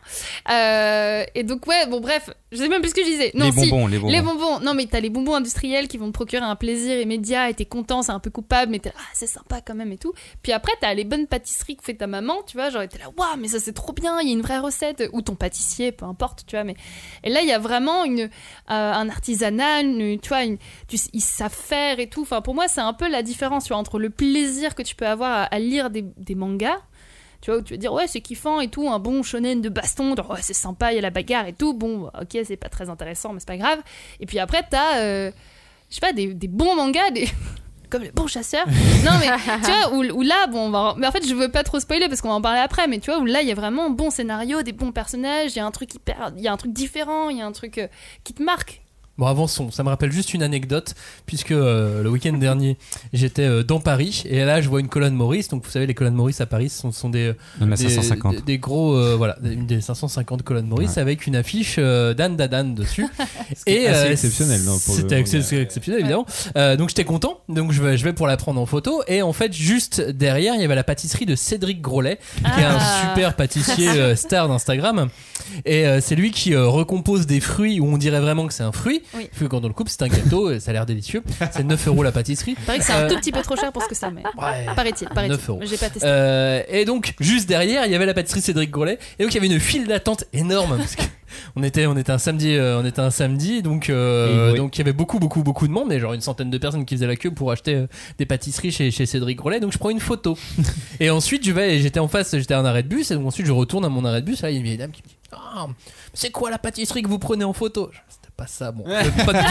Euh, et donc, ouais, bon, bref, je sais même plus ce que je disais. Non, les si, bonbons, les bonbons. les bonbons. Non, mais t'as les bonbons industriels qui vont te procurer un plaisir immédiat et t'es content, c'est un peu coupable, mais t'es là, ah, c'est sympa quand même et tout. Puis après, t'as les bonnes pâtisseries que fait ta maman, tu vois, genre, t'es là, waouh, mais ça c'est trop bien, il y a une vraie recette. Ou ton pâtissier, peu importe, tu vois. Mais... Et là, il y a vraiment une, euh, un artisanat, une, tu vois, une, tu, ils savent faire et tout. Enfin, pour moi, c'est un peu la différence, tu vois, entre le plaisir que tu peux avoir à, à lire des, des mangas. Tu vois, où tu vas dire, ouais, c'est kiffant et tout, un bon shonen de baston, genre, ouais, c'est sympa, il y a la bagarre et tout, bon, ok, c'est pas très intéressant, mais c'est pas grave. Et puis après, t'as, euh, je sais pas, des, des bons mangas, des... comme les bons chasseurs. Non, mais tu vois, où, où là, bon, on va... mais en fait, je veux pas trop spoiler parce qu'on va en parler après, mais tu vois, où là, il y a vraiment un bon scénario, des bons personnages, il y a un truc hyper, il y a un truc différent, il y a un truc euh, qui te marque. Bon, avançons. Ça me rappelle juste une anecdote, puisque euh, le week-end dernier, j'étais euh, dans Paris, et là, je vois une colonne Maurice. Donc, vous savez, les colonnes Maurice à Paris, ce sont, sont des, Il y en a des, cinq cent cinquante. des, des gros, euh, voilà, une des cinq cent cinquante colonnes Maurice, ouais, avec une affiche euh, d'Anne Dadan dessus. Et assez euh, exceptionnel, non, pour c'était le... ex- exceptionnel, évidemment. Ouais. Euh, donc, j'étais content. Donc, je vais, je vais pour la prendre en photo. Et en fait, juste derrière, il y avait la pâtisserie de Cédric Grolet, ah. qui est un super pâtissier euh, star d'Instagram. Et euh, c'est lui qui euh, recompose des fruits où on dirait vraiment que c'est un fruit. Oui. Quand on le coupe, c'est un gâteau, et ça a l'air délicieux. C'est neuf euros la pâtisserie. Il paraît que c'est euh... un tout petit peu trop cher pour ce que ça met. Ouais. Paraît-il, paraît-il. neuf euros. J'ai pas testé. Euh, et donc, juste derrière, il y avait la pâtisserie Cédric Grolet. Et donc, il y avait une file d'attente énorme. Parce que on était, on était un samedi, euh, on était un samedi, donc, euh, oui. donc il y avait beaucoup, beaucoup, beaucoup de monde, mais genre une centaine de personnes qui faisaient la queue pour acheter euh, des pâtisseries chez, chez Cédric Grolet. Donc, je prends une photo. Et ensuite, je vais, j'étais en face, j'étais à un arrêt de bus, et donc ensuite, je retourne à mon arrêt de bus. Là, il y a une vieille dame qui me dit, ah, c'est quoi la pâtisserie que vous prenez en photo? C'était pas ça, bon, pas du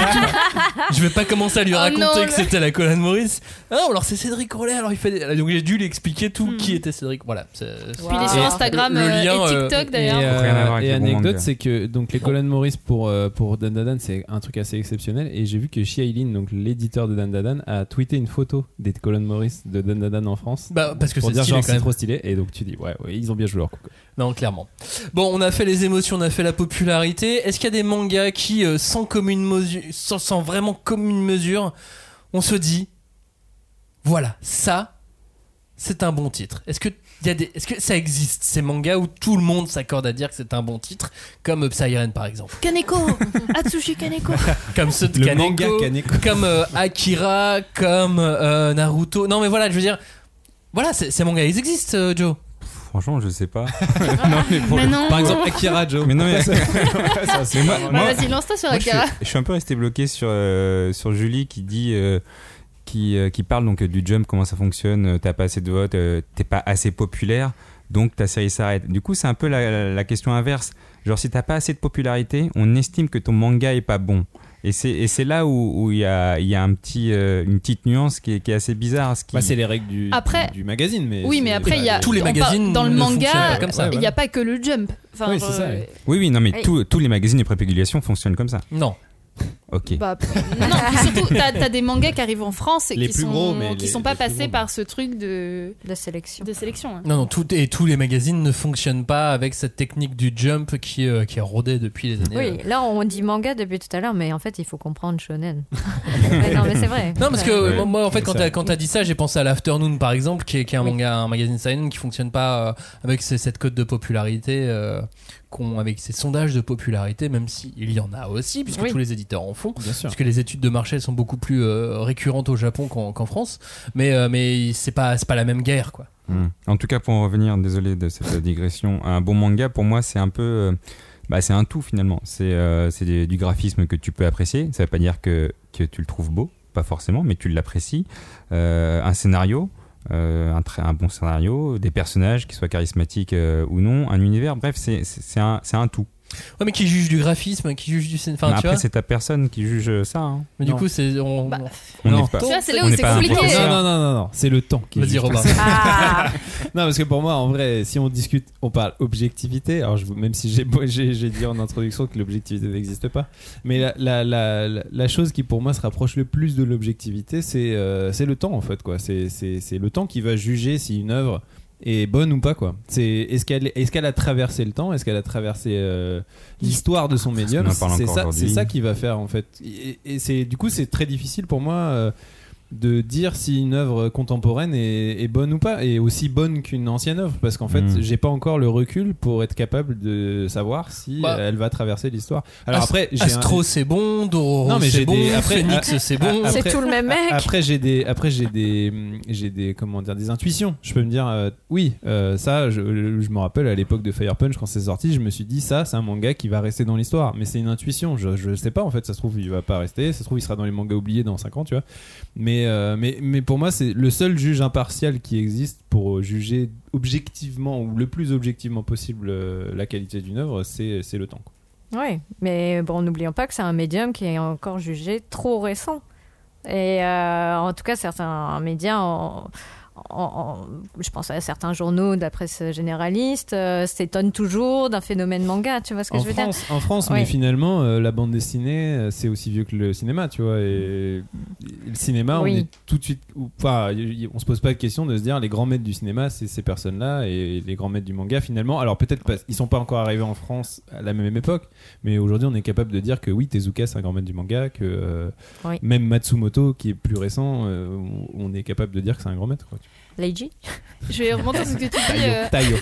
tout. Je vais pas commencer à lui raconter oh non, que le... c'était la colonne Maurice. Ah non, alors c'est Cédric Grolet, alors il fait des... donc j'ai dû lui expliquer tout hmm. qui était Cédric. Voilà. C'est... Wow. Puis il est sur Instagram le, le lien, et TikTok d'ailleurs. Et, euh, et anecdote, c'est que donc les colonnes Maurice pour euh, pour Dan Dadan, c'est un truc assez exceptionnel. Et j'ai vu que Shiailin, donc l'éditeur de Dan Dadan, a tweeté une photo des colonnes Maurice de Dan Dadan en France. Bah parce que pour c'est dire stylé, genre quand même. C'est trop stylé. Et donc tu dis ouais, ouais ils ont bien joué leur coup. Non, clairement. Bon, on a fait les émotions, on a fait la popularité. Est-ce qu'il y a des mangas qui, euh, sans commune mesure, sans, sans vraiment commune mesure, on se dit, voilà, ça, c'est un bon titre. Est-ce que il y a des, est-ce que ça existe ces mangas où tout le monde s'accorde à dire que c'est un bon titre, comme Psyren par exemple. Kaneko, Atsushi Kaneko. Comme ceux de le manga Kaneko, Kaneko. comme euh, Akira, comme euh, Naruto. Non mais voilà, je veux dire, voilà, ces, ces mangas, ils existent, euh, Joe. Franchement, je sais pas. non, mais pour mais le... non. Par exemple, Akira, Joe. Mais non, mais ça, c'est moi, moi, vas-y, lance-toi sur moi, Akira. Je suis, je suis un peu resté bloqué sur, euh, sur Julie qui dit, euh, qui, euh, qui parle donc du Jump, comment ça fonctionne. T'as pas assez de votes, euh, t'es pas assez populaire, donc ta série s'arrête. Du coup, c'est un peu la, la, la question inverse. Genre, si t'as pas assez de popularité, on estime que ton manga est pas bon. Et c'est, et c'est là où il y a, y a un petit, euh, une petite nuance qui est, qui est assez bizarre. Ce qui... bah, c'est les règles du, après, du, du magazine. Mais oui, mais après, il y a. Tous les magazines. Dans le manga, comme ça. Il n'y a pas que le Jump. Enfin, oui, c'est ça. euh... Oui, oui, non, mais oui. Tous, tous les magazines de prépégulation fonctionnent comme ça. Non. Ok. Bah, non, puis surtout, t'as, t'as des mangas qui arrivent en France et les qui plus sont, gros, mais qui les, sont pas les passés par ce truc de, de sélection. De sélection hein. Non, non, tout, et tous les magazines ne fonctionnent pas avec cette technique du jump qui, euh, qui est rodée depuis les années. Oui, là on dit manga depuis tout à l'heure, mais en fait il faut comprendre shonen. Ouais, non, mais c'est vrai. Non, parce que ouais. moi, en fait, quand ça. t'as, quand t'as dit ça, j'ai pensé à l'Afternoon par exemple, qui est, qui est un, oui. manga, un magazine seinen qui fonctionne pas euh, avec ces, cette cote de popularité. Euh, avec ces sondages de popularité, même s'il y en a aussi, puisque oui. tous les éditeurs en en font, Bien sûr. parce que les études de marché elles sont beaucoup plus euh, récurrentes au Japon qu'en, qu'en France, mais euh, mais c'est pas c'est pas la même guerre quoi. Mmh. En tout cas, pour en revenir, désolé de cette digression, un bon manga pour moi c'est un peu euh, bah, c'est un tout finalement. C'est, euh, c'est des, du graphisme que tu peux apprécier. Ça veut pas dire que, que tu le trouves beau, pas forcément, mais tu l'apprécies. Euh, un scénario, euh, un, très, un bon scénario, des personnages qui soient charismatiques euh, ou non, un univers, bref, c'est, c'est, c'est, un, c'est un tout. Ouais, mais qui juge du graphisme, qui juge du scén- enfin, Mais tu après, vois. c'est ta personne qui juge ça. Hein. Mais du Non. coup, c'est on, Bah, On Non. n'est pas, Tu vois, c'est là on où n'est c'est pas un compliqué. professeur. Non, non, non, non, non, c'est le temps qui Vas-y, juge Robin. personne. Ah, Non, parce que pour moi, en vrai, si on discute, on parle objectivité. Alors, je, même si j'ai, j'ai, j'ai dit en introduction que l'objectivité n'existe pas, mais la, la, la, la, la chose qui pour moi se rapproche le plus de l'objectivité, c'est, euh, c'est le temps en fait, quoi. C'est, c'est, c'est le temps qui va juger si une œuvre est bonne ou pas, quoi. C'est, est-ce qu'elle, est-ce qu'elle a traversé le temps, est-ce qu'elle a traversé euh, l'histoire de son médium. qu'on en parle C'est encore ça, aujourd'hui. c'est ça qui va faire en fait. Et, et c'est du coup, c'est très difficile pour moi. Euh, de dire si une œuvre contemporaine est, est bonne ou pas, et aussi bonne qu'une ancienne œuvre, parce qu'en fait Mm. j'ai pas encore le recul pour être capable de savoir si Bah, elle va traverser l'histoire. Alors Ast- après j'ai Astro un... c'est bon, Dororo Non, mais c'est j'ai bon, des- après- Phoenix a- c'est a- bon. a- c'est après- tout le même mec. après j'ai des après j'ai des j'ai des comment dire des intuitions. Je peux me dire euh, oui euh, ça je, je me rappelle à l'époque de Fire Punch quand c'est sorti, je me suis dit ça c'est un manga qui va rester dans l'histoire, mais c'est une intuition. Je je sais pas en fait, ça se trouve il va pas rester, ça se trouve il sera dans les mangas oubliés dans cinq ans, tu vois. Mais euh, mais mais pour moi c'est le seul juge impartial qui existe pour juger objectivement ou le plus objectivement possible euh, la qualité d'une œuvre, c'est c'est le temps, quoi. Oui, mais bon, n'oublions pas que c'est un médium qui est encore jugé trop récent. Et euh, en tout cas, certains médias, en, en- en- je pense à certains journaux de la presse généraliste, euh, s'étonnent toujours d'un phénomène manga, tu vois ce que En je veux France, dire en France Ouais. mais finalement, euh, la bande dessinée, euh, c'est aussi vieux que le cinéma, tu vois. Et le cinéma, Oui. on est tout de suite. ou- Enfin, y- y- on se pose pas de question de se dire les grands maîtres du cinéma, c'est ces personnes-là, et les grands maîtres du manga, finalement. Alors peut-être pas, ils sont pas encore arrivés en France à la même époque, mais aujourd'hui, on est capable de dire que oui, Tezuka, c'est un grand maître du manga, que euh, Oui. même Matsumoto, qui est plus récent, euh, on, on est capable de dire que c'est un grand maître, quoi. Leiji Je vais remonter sur ce que tu dis. Taio, euh, Taio.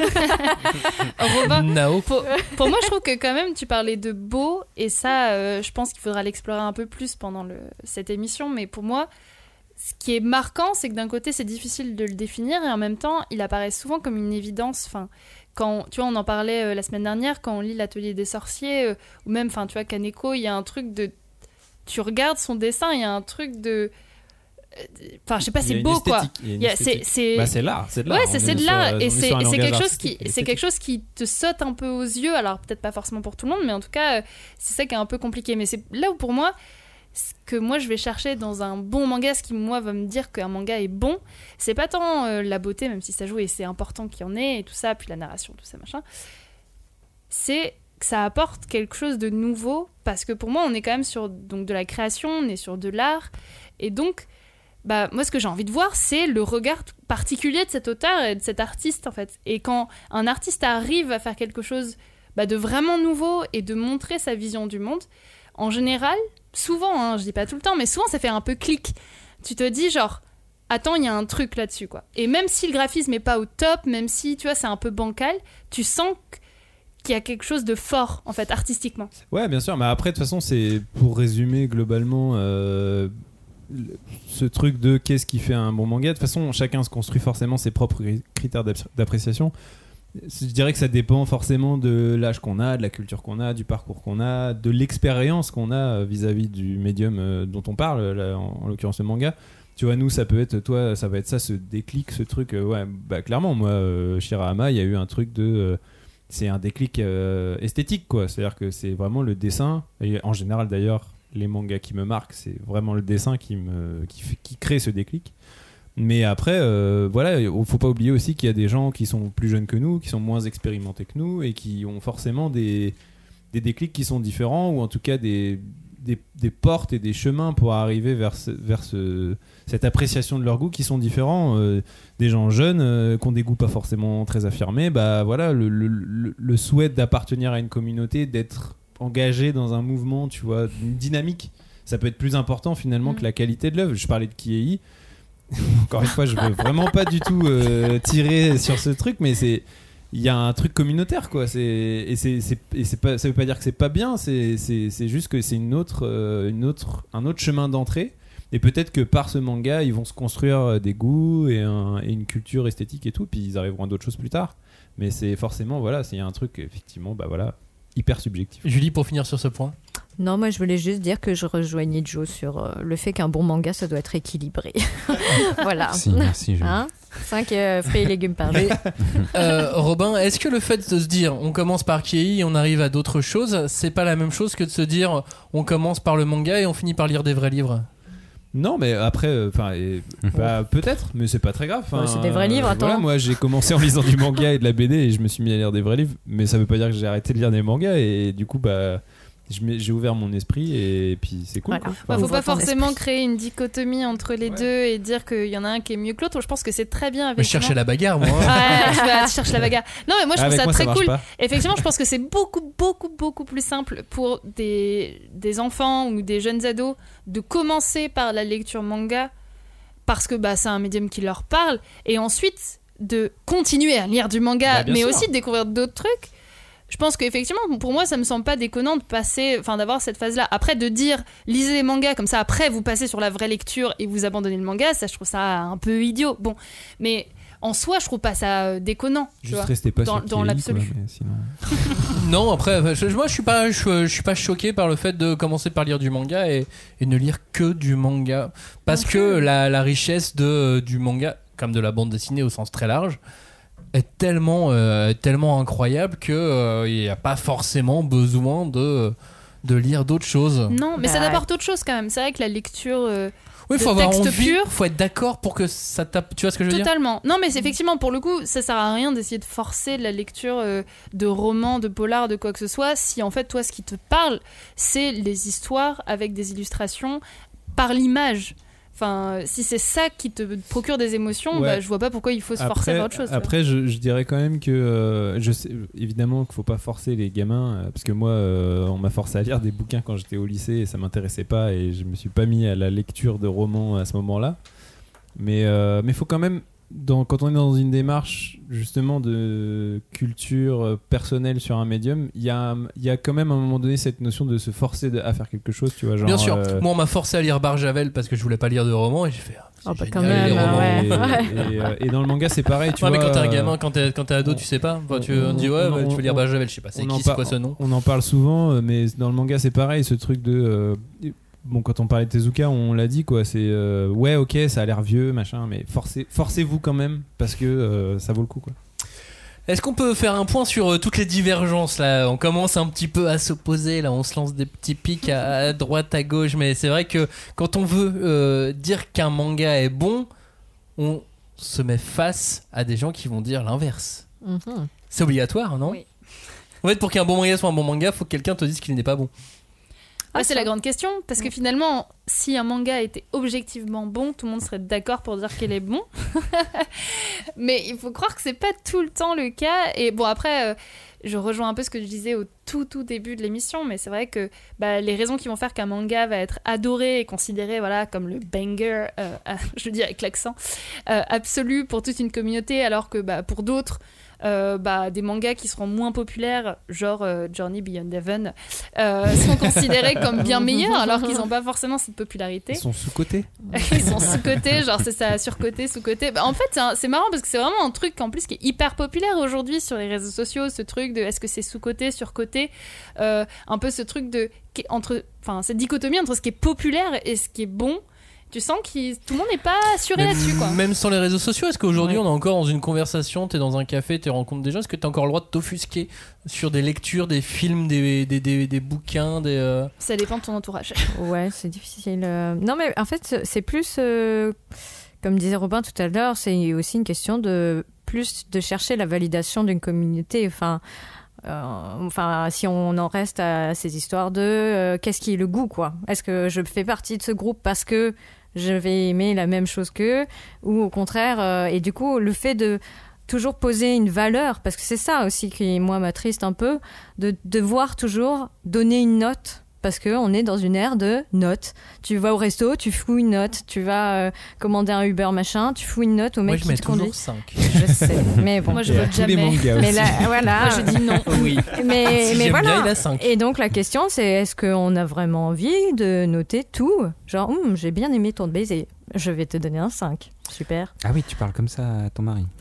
Robin, Nao. pour, pour moi, je trouve que quand même, tu parlais de beau, et ça, euh, je pense qu'il faudra l'explorer un peu plus pendant le, cette émission, mais pour moi, ce qui est marquant, c'est que d'un côté, c'est difficile de le définir, et en même temps, il apparaît souvent comme une évidence. Enfin, quand, tu vois, on en parlait euh, la semaine dernière, quand on lit l'Atelier des sorciers, euh, ou même, enfin, tu vois, Kaneko, il y a un truc de... Tu regardes son dessin, il y a un truc de... Enfin, je sais pas, Il y a c'est une beau, quoi. esthétique, il y a une Il y a- c'est- esthétique. c'est- Bah, c'est l'art, c'est de l'art. Ouais, On c'est, est c'est de sur- l'art, on et est c'est, sur un et c'est langage quelque chose qui, artistique et c'est esthétique. quelque chose qui te saute un peu aux yeux. Alors peut-être pas forcément pour tout le monde, mais en tout cas, euh, c'est ça qui est un peu compliqué. Mais c'est là où pour moi, ce que moi je vais chercher dans un bon manga, ce qui moi va me dire qu'un manga est bon, c'est pas tant euh, la beauté, même si ça joue et c'est important qu'il y en ait et tout ça, puis la narration, tout ça machin. C'est que ça apporte quelque chose de nouveau, parce que pour moi, on est quand même sur donc de la création, on est sur de l'art, et donc bah, moi, ce que j'ai envie de voir, c'est le regard t- particulier de cet auteur et de cet artiste, en fait. Et quand un artiste arrive à faire quelque chose bah, de vraiment nouveau et de montrer sa vision du monde, en général, souvent, hein, je dis pas tout le temps, mais souvent, ça fait un peu clic. Tu te dis, genre, attends, il y a un truc là-dessus, quoi. Et même si le graphisme est pas au top, même si, tu vois, c'est un peu bancal, tu sens que qu'il y a quelque chose de fort, en fait, artistiquement. Ouais, bien sûr, mais après, de toute façon, c'est pour résumer globalement euh, le- ce truc de qu'est-ce qui fait un bon manga. De toute façon, chacun se construit forcément ses propres cri- critères d'app- d'appréciation. Je dirais que ça dépend forcément de l'âge qu'on a, de la culture qu'on a, du parcours qu'on a, de l'expérience qu'on a euh, vis-à-vis du médium euh, dont on parle, là, en, en l'occurrence le manga. Tu vois, nous, ça peut être, toi, ça va être ça, ce déclic, ce truc. euh, ouais, bah clairement, moi, euh, Shirahama, il y a eu un truc de. euh, c'est un déclic euh, esthétique, quoi. C'est-à-dire que c'est vraiment le dessin. Et en général, d'ailleurs, les mangas qui me marquent, c'est vraiment le dessin qui, me, qui, fait- qui crée ce déclic. Mais après, euh, voilà, il faut pas oublier aussi qu'il y a des gens qui sont plus jeunes que nous, qui sont moins expérimentés que nous et qui ont forcément des, des déclics qui sont différents, ou en tout cas des, des, des portes et des chemins pour arriver vers, ce- vers ce, cette appréciation de leur goût qui sont différents. Euh, des gens jeunes euh, qui ont des goûts pas forcément très affirmés, bah voilà, le, le, le, le souhait d'appartenir à une communauté, d'être engagé dans un mouvement, tu vois, une dynamique, ça peut être plus important finalement Mm. que la qualité de l'œuvre. Je parlais de Kiei. Encore une fois, je veux vraiment pas du tout euh, tirer sur ce truc, mais c'est il y a un truc communautaire, quoi. C'est, et c'est, c'est, et c'est pas, ça veut pas dire que c'est pas bien, c'est, c'est, c'est juste que c'est une autre, euh, une autre, un autre chemin d'entrée. Et peut-être que par ce manga, ils vont se construire des goûts et, un, et une culture esthétique et tout, puis ils arriveront à d'autres choses plus tard. Mais c'est forcément, voilà, c'est un truc, effectivement, bah voilà, hyper subjectif. Julie, pour finir sur ce point. Non, moi je voulais juste dire que je rejoignais Joe sur euh, le fait qu'un bon manga, ça doit être équilibré. Voilà. Merci, merci Julie. Hein cinq euh, fruits et légumes par jour. euh, Robin, est-ce que le fait de se dire on commence par Kei et on arrive à d'autres choses, c'est pas la même chose que de se dire on commence par le manga et on finit par lire des vrais livres? Non, mais après, enfin, euh, bah, peut-être, mais c'est pas très grave. Ouais, c'est des vrais livres, euh, attends. Voilà, moi, j'ai commencé en lisant du manga et de la B D et je me suis mis à lire des vrais livres, mais ça veut pas dire que j'ai arrêté de lire des mangas et du coup, bah, j'ai ouvert mon esprit et puis c'est cool. Voilà. Quoi. Enfin, Enfin, faut pas forcément esprit. créer une dichotomie entre les ouais. deux et dire qu'il y en a un qui est mieux que l'autre. Je pense que c'est très bien. Avec je cherchais la bagarre, moi. Ouais, tu, vas, tu cherches la bagarre. Non, mais moi, je avec trouve ça moi, très ça cool. Pas. Effectivement, je pense que c'est beaucoup, beaucoup, beaucoup plus simple pour des, des enfants ou des jeunes ados de commencer par la lecture manga parce que bah, c'est un médium qui leur parle et ensuite de continuer à lire du manga, bah, mais sûr. aussi de découvrir d'autres trucs. Je pense qu'effectivement, pour moi, ça me semble pas déconnant de passer, enfin, d'avoir cette phase-là. Après, de dire, lisez les mangas, comme ça, après, vous passez sur la vraie lecture et vous abandonnez le manga, ça, je trouve ça un peu idiot. Bon, mais en soi, je trouve pas ça déconnant. Juste tu vois, restez pas dans, sur dans l'absolu. Quoi, sinon... non, après, je, moi, je suis pas, je, je suis pas choqué par le fait de commencer par lire du manga et, et ne lire que du manga, parce okay. que la, la richesse de du manga, comme de la bande dessinée au sens très large, est tellement, euh, tellement incroyable qu'il n'y euh, a pas forcément besoin de, de lire d'autres choses. Non, mais bah, ça apporte autre chose quand même. C'est vrai que la lecture euh, oui, de faut texte avoir envie, pur... faut être d'accord pour que ça tape... Tu vois ce que je veux Totalement. dire ? Non, mais c'est, effectivement, pour le coup, ça sert à rien d'essayer de forcer de la lecture euh, de romans, de polars, de quoi que ce soit, si en fait, toi, ce qui te parle, c'est les histoires avec des illustrations par l'image. Enfin, si c'est ça qui te procure des émotions, ouais. bah, je vois pas pourquoi il faut se après, forcer à autre chose. Après, je, je dirais quand même que euh, je sais, évidemment qu'il faut pas forcer les gamins, euh, parce que moi, euh, on m'a forcé à lire des bouquins quand j'étais au lycée et ça m'intéressait pas et je me suis pas mis à la lecture de romans à ce moment-là. Mais euh, mais faut quand même, dans, quand on est dans une démarche justement de culture personnelle sur un médium, il y a, y a quand même à un moment donné cette notion de se forcer de, à faire quelque chose, tu vois, genre, bien sûr, euh... moi on m'a forcé à lire Barjavel parce que je voulais pas lire de romans et j'ai fait ah, oh, bah quand même, ouais. et, et, et, et dans le manga c'est pareil, tu ouais, vois. Mais quand t'es un gamin, quand t'es, quand t'es ado, on, tu sais pas, enfin, tu on, dis ouais, on, bah, tu veux lire Barjavel, je sais pas, c'est qui, c'est quoi ce nom. On en parle souvent, mais dans le manga c'est pareil, ce truc de... Euh, bon, quand on parlait de Tezuka, on l'a dit, quoi. C'est euh, ouais, ok, ça a l'air vieux, machin, mais forcez, forcez-vous quand même parce que euh, ça vaut le coup, quoi. Est-ce qu'on peut faire un point sur euh, toutes les divergences là ? On commence un petit peu à s'opposer, là, on se lance des petits pics à, à droite, à gauche, mais c'est vrai que quand on veut euh, dire qu'un manga est bon, on se met face à des gens qui vont dire l'inverse. Mm-hmm. C'est obligatoire, non ? Oui. En fait, pour qu'un bon manga soit un bon manga, il faut que quelqu'un te dise qu'il n'est pas bon. Ah, c'est la grande question, parce que finalement, si un manga était objectivement bon, tout le monde serait d'accord pour dire qu'il est bon. Mais il faut croire que c'est pas tout le temps le cas. Et bon, après, euh, je rejoins un peu ce que je disais au tout tout début de l'émission, mais c'est vrai que bah, les raisons qui vont faire qu'un manga va être adoré et considéré voilà, comme le banger, euh, je le dis avec l'accent, euh, absolu pour toute une communauté, alors que bah, pour d'autres, Euh, bah, des mangas qui seront moins populaires, genre euh, Journey Beyond Heaven, euh, sont considérés comme bien meilleurs alors qu'ils n'ont pas forcément cette popularité. Ils sont sous-cotés. Ils sont sous-cotés, genre c'est ça, surcotés, sous-cotés. Bah, en fait, c'est, un, c'est marrant parce que c'est vraiment un truc en plus qui est hyper populaire aujourd'hui sur les réseaux sociaux, ce truc de est-ce que c'est sous-coté, surcoté, euh, un peu ce truc de entre, enfin cette dichotomie entre ce qui est populaire et ce qui est bon. Tu sens que tout le monde n'est pas assuré mais là-dessus, quoi. Même sans les réseaux sociaux, est-ce qu'aujourd'hui ouais. on est encore dans une conversation, t'es dans un café, tu rencontres des gens, est-ce que t'as encore le droit de t'offusquer sur des lectures, des films, des, des, des, des bouquins des, euh... Ça dépend de ton entourage. Ouais, c'est difficile. Non, mais en fait, c'est plus, euh, comme disait Robin tout à l'heure, c'est aussi une question de plus de chercher la validation d'une communauté. Enfin, Euh, enfin, si on en reste à ces histoires de euh, qu'est-ce qui est le goût, quoi. Est-ce que je fais partie de ce groupe parce que je vais aimer la même chose qu'eux, ou au contraire, euh, et du coup, le fait de toujours poser une valeur, parce que c'est ça aussi qui, moi, m'attriste un peu, de devoir toujours donner une note parce qu'on est dans une ère de notes. Tu vas au resto, tu fous une note. Tu vas euh, commander un Uber machin, tu fous une note au mec qui te conduit. Moi, je mets toujours cinq. Je sais, mais bon. Moi, je vote jamais. Mais là, voilà. Moi, je dis non. Oui. Mais, Si mais j'aime voilà. bien, il a cinq. Et donc la question c'est est-ce qu'on a vraiment envie de noter tout ? Genre, hum, j'ai bien aimé ton baiser, je vais te donner un cinq. Super. Ah oui, tu parles comme ça à ton mari.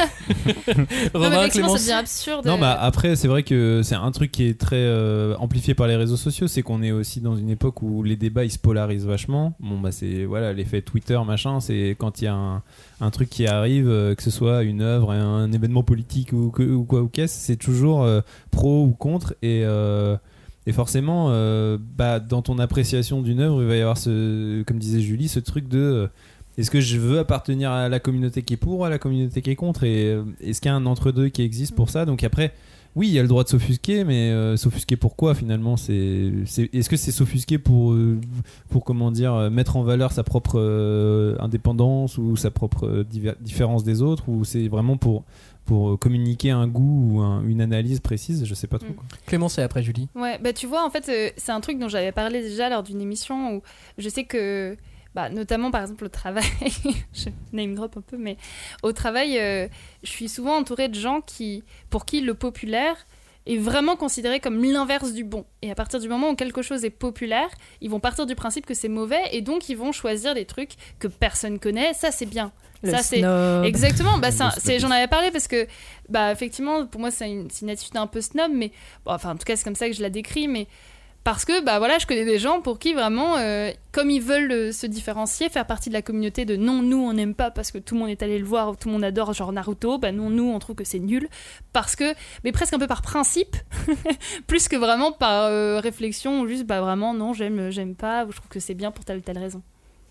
Non, mais Romain, effectivement, ça Clémence. devient absurde. Non, bah après, c'est vrai que c'est un truc qui est très euh, amplifié par les réseaux sociaux, c'est qu'on est aussi dans une époque où les débats ils se polarisent vachement. Bon, bah c'est voilà l'effet Twitter, machin, c'est quand il y a un, un truc qui arrive, euh, que ce soit une œuvre, un événement politique ou, que, ou quoi ou qu'est-ce, c'est toujours euh, pro ou contre et. Euh, Et forcément, euh, bah, dans ton appréciation d'une œuvre, il va y avoir ce, comme disait Julie, ce truc de euh, est-ce que je veux appartenir à la communauté qui est pour ou à la communauté qui est contre, et euh, est-ce qu'il y a un entre-deux qui existe pour ça? Donc après, oui, il y a le droit de s'offusquer, mais euh, s'offusquer pourquoi finalement c'est, c'est, est-ce que c'est s'offusquer pour, euh, pour comment dire, euh, mettre en valeur sa propre euh, indépendance ou sa propre euh, diver- différence des autres, ou c'est vraiment pour pour communiquer un goût ou un, une analyse précise, je sais pas trop. Quoi. Clémence et après Julie. Ouais, bah tu vois, en fait, euh, c'est un truc dont j'avais parlé déjà lors d'une émission où je sais que, bah, notamment par exemple au travail, je name drop un peu, mais au travail, euh, je suis souvent entourée de gens qui, pour qui le populaire est vraiment considéré comme l'inverse du bon. Et à partir du moment où quelque chose est populaire, ils vont partir du principe que c'est mauvais et donc ils vont choisir des trucs que personne connaît. Ça, c'est bien. Le ça c'est snob. exactement bah c'est, un- c'est j'en avais parlé parce que bah effectivement pour moi c'est une, c'est une attitude un peu snob, mais bon, enfin en tout cas c'est comme ça que je la décris, mais parce que bah voilà je connais des gens pour qui vraiment euh, comme ils veulent euh, se différencier, faire partie de la communauté de non nous on n'aime pas parce que tout le monde est allé le voir, tout le monde adore genre Naruto, bah non nous on trouve que c'est nul parce que mais presque un peu par principe plus que vraiment par euh, réflexion ou juste bah vraiment non j'aime j'aime pas ou je trouve que c'est bien pour telle ou telle raison.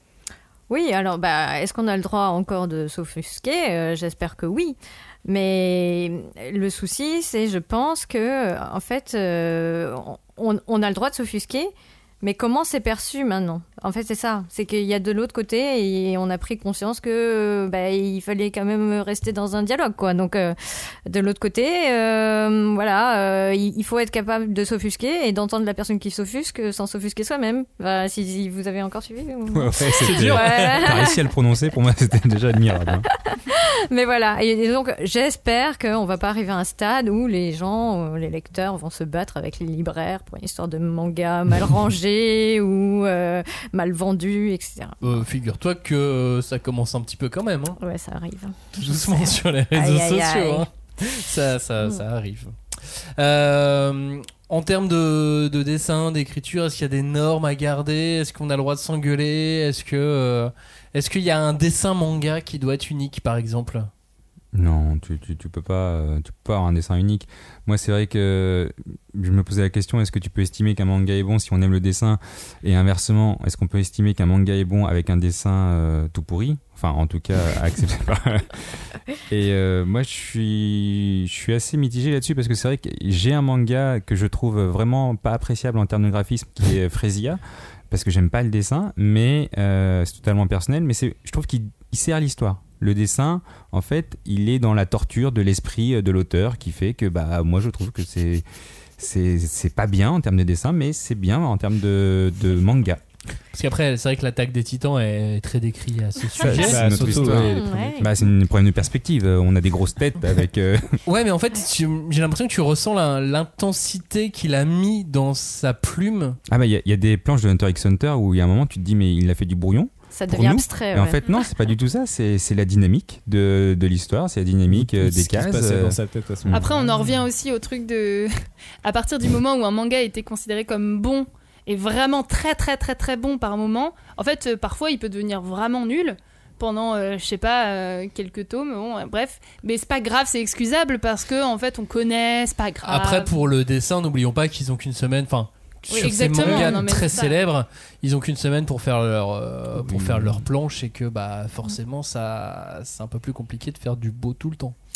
Oui, alors bah, est-ce qu'on a le droit encore de s'offusquer ? Euh, J'espère que oui. Mais le souci, c'est, je pense que, en fait, euh, on, on a le droit de s'offusquer, mais comment c'est perçu maintenant ? En fait, c'est ça. C'est qu'il y a de l'autre côté et on a pris conscience que bah, il fallait quand même rester dans un dialogue, quoi. Donc, euh, de l'autre côté, euh, voilà, euh, il faut être capable de s'offusquer et d'entendre la personne qui s'offusque sans s'offusquer soi-même. Bah, si, si vous avez encore suivi. Ou... Ouais, ouais, c'est dur. Ouais. T'as réussi à le prononcer, pour moi, c'était déjà admirable. Hein. Mais voilà, et, et donc j'espère qu'on va pas arriver à un stade où les gens, les lecteurs vont se battre avec les libraires pour une histoire de manga mal rangé ou euh, mal vendu, et cetera. Euh, figure-toi que euh, ça commence un petit peu quand même. Hein. Ouais, ça arrive. Tout doucement sur les réseaux Aïe, aïe, sociaux. aïe. Hein. Ça, ça, ça arrive. Euh, en termes de, de dessin, d'écriture, est-ce qu'il y a des normes à garder ? Est-ce qu'on a le droit de s'engueuler ? Est-ce que, euh, est-ce qu'il y a un dessin manga qui doit être unique, par exemple ? Non, tu, tu, tu peux pas, euh, tu peux pas avoir un dessin unique. Moi, c'est vrai que je me posais la question, est-ce que tu peux estimer qu'un manga est bon si on aime le dessin ? Et inversement, est-ce qu'on peut estimer qu'un manga est bon avec un dessin euh, tout pourri ? Enfin, en tout cas, accepté par... Et euh, moi, je suis, je suis assez mitigé là-dessus parce que c'est vrai que j'ai un manga que je trouve vraiment pas appréciable en termes de graphisme, qui est Fresia, parce que j'aime pas le dessin, mais euh, c'est totalement personnel, mais c'est, je trouve qu'il il sert l'histoire. Le dessin, en fait, il est dans la torture de l'esprit de l'auteur qui fait que, bah, moi, je trouve que c'est, c'est, c'est pas bien en termes de dessin, mais c'est bien en termes de, de manga. Parce qu'après, c'est vrai que l'attaque des titans est très décrite à ce Ça, sujet. c'est notre histoire. Ouais, ouais. Bah, c'est un problème de perspective. On a des grosses têtes avec. Euh... Ouais, mais en fait, tu- j'ai l'impression que tu ressens la- l'intensité qu'il a mis dans sa plume. Ah, bah, il y, y a des planches de Hunter x Hunter où il y a un moment, tu te dis, mais il a fait du brouillon. Ça pour devient nous. abstrait. Et Ouais. en fait, non, c'est pas du tout ça. C'est, c'est la dynamique de, de l'histoire, c'est la dynamique euh, Tout des ce qui se cases. passait euh, dans sa tête à ce Mm. Après, on en revient aussi au truc de. À partir du moment où un manga était considéré comme bon et vraiment très très très très bon par moment, en fait, euh, parfois il peut devenir vraiment nul pendant, euh, je sais pas, euh, quelques tomes. Bon, euh, bref, mais c'est pas grave, c'est excusable parce que en fait, on connaît, c'est pas grave. Après, pour le dessin, n'oublions pas qu'ils ont qu'une semaine. Enfin, Oui, sur ces exactement, mangas non, mais très c'est ça. célèbres, ils ont qu'une semaine pour faire leur euh, pour Oui. faire leur planche et que bah forcément ça c'est un peu plus compliqué de faire du beau tout le temps.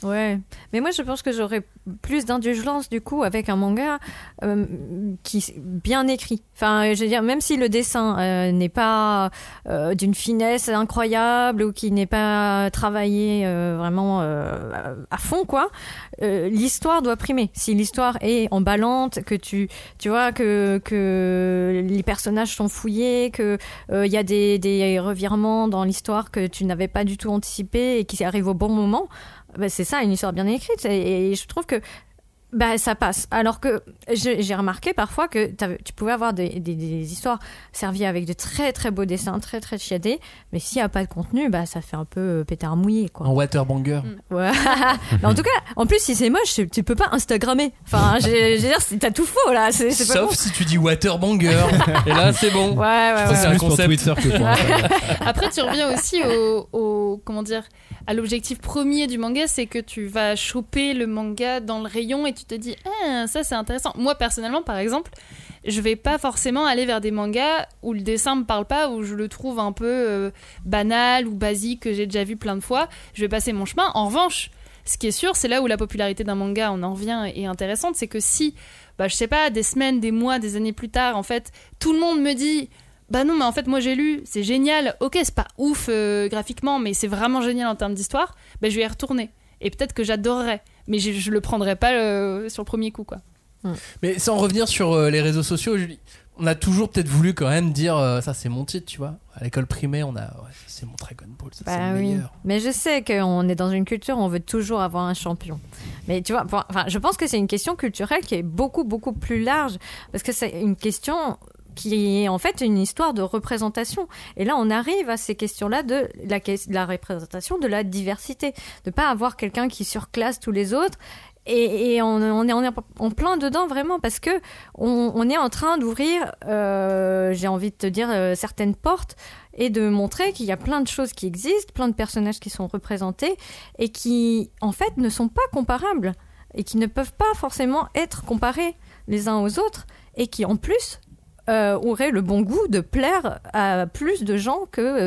Ouais, mais moi je pense que j'aurais plus d'indulgence du coup avec un manga euh, qui est bien écrit. Enfin, je veux dire, même si le dessin euh, n'est pas euh, d'une finesse incroyable ou qui n'est pas travaillé euh, vraiment euh, à fond, quoi, euh, l'histoire doit primer. Si l'histoire est emballante, que tu, tu vois, que, que les personnages sont fouillés, que il euh, y a des, des revirements dans l'histoire que tu n'avais pas du tout anticipé et qui arrivent au bon moment. Bah c'est ça, une histoire bien écrite, et, et je trouve que bah, ça passe. Alors que je, j'ai remarqué parfois que tu pouvais avoir des, des, des histoires servies avec de très très beaux dessins, très très chiadés, mais s'il n'y a pas de contenu, bah, ça fait un peu pétard mouillé, quoi. Un waterbanger. Mm. Ouais. Mais en tout cas, en plus, si c'est moche, tu peux pas Instagrammer. Enfin, je veux dire, t'as tout faux là. C'est, c'est pas Sauf bon. si tu dis waterbanger. Et là, c'est bon. Ouais, ouais, ouais. C'est un plus pour concept. Twitter que pour Instagram. Après, tu reviens aussi au, au comment dire, à l'objectif premier du manga, c'est que tu vas choper le manga dans le rayon et tu te dis, ah, ça c'est intéressant. Moi personnellement, par exemple, je vais pas forcément aller vers des mangas où le dessin me parle pas, où je le trouve un peu euh, banal ou basique, que j'ai déjà vu plein de fois. Je vais passer mon chemin. En revanche, ce qui est sûr, c'est là où la popularité d'un manga, on en revient, est intéressante, c'est que si, bah, je sais pas, des semaines, des mois, des années plus tard, en fait, tout le monde me dit, bah non, mais en fait, moi j'ai lu, c'est génial, ok, c'est pas ouf euh, graphiquement, mais c'est vraiment génial en termes d'histoire, bah je vais y retourner. Et peut-être que j'adorerais, mais je, je le prendrais pas euh, sur le premier coup, quoi. Mais sans revenir sur euh, les réseaux sociaux, Julie, on a toujours peut-être voulu quand même dire euh, ça c'est mon titre, tu vois. À l'école primaire, on a ouais, c'est mon Dragon Ball, ça bah c'est le oui. meilleur. Mais je sais qu'on est dans une culture où on veut toujours avoir un champion. Mais tu vois, pour, enfin, je pense que c'est une question culturelle qui est beaucoup beaucoup plus large, parce que c'est une question qui est en fait une histoire de représentation. Et là, on arrive à ces questions-là de la, de la représentation de la diversité, de pas avoir quelqu'un qui surclasse tous les autres. Et, et on, on, est, on est en plein dedans vraiment, parce que on, on est en train d'ouvrir, euh, j'ai envie de te dire, euh, certaines portes, et de montrer qu'il y a plein de choses qui existent, plein de personnages qui sont représentés et qui en fait ne sont pas comparables et qui ne peuvent pas forcément être comparés les uns aux autres, et qui en plus Euh, aurait le bon goût de plaire à plus de gens que euh,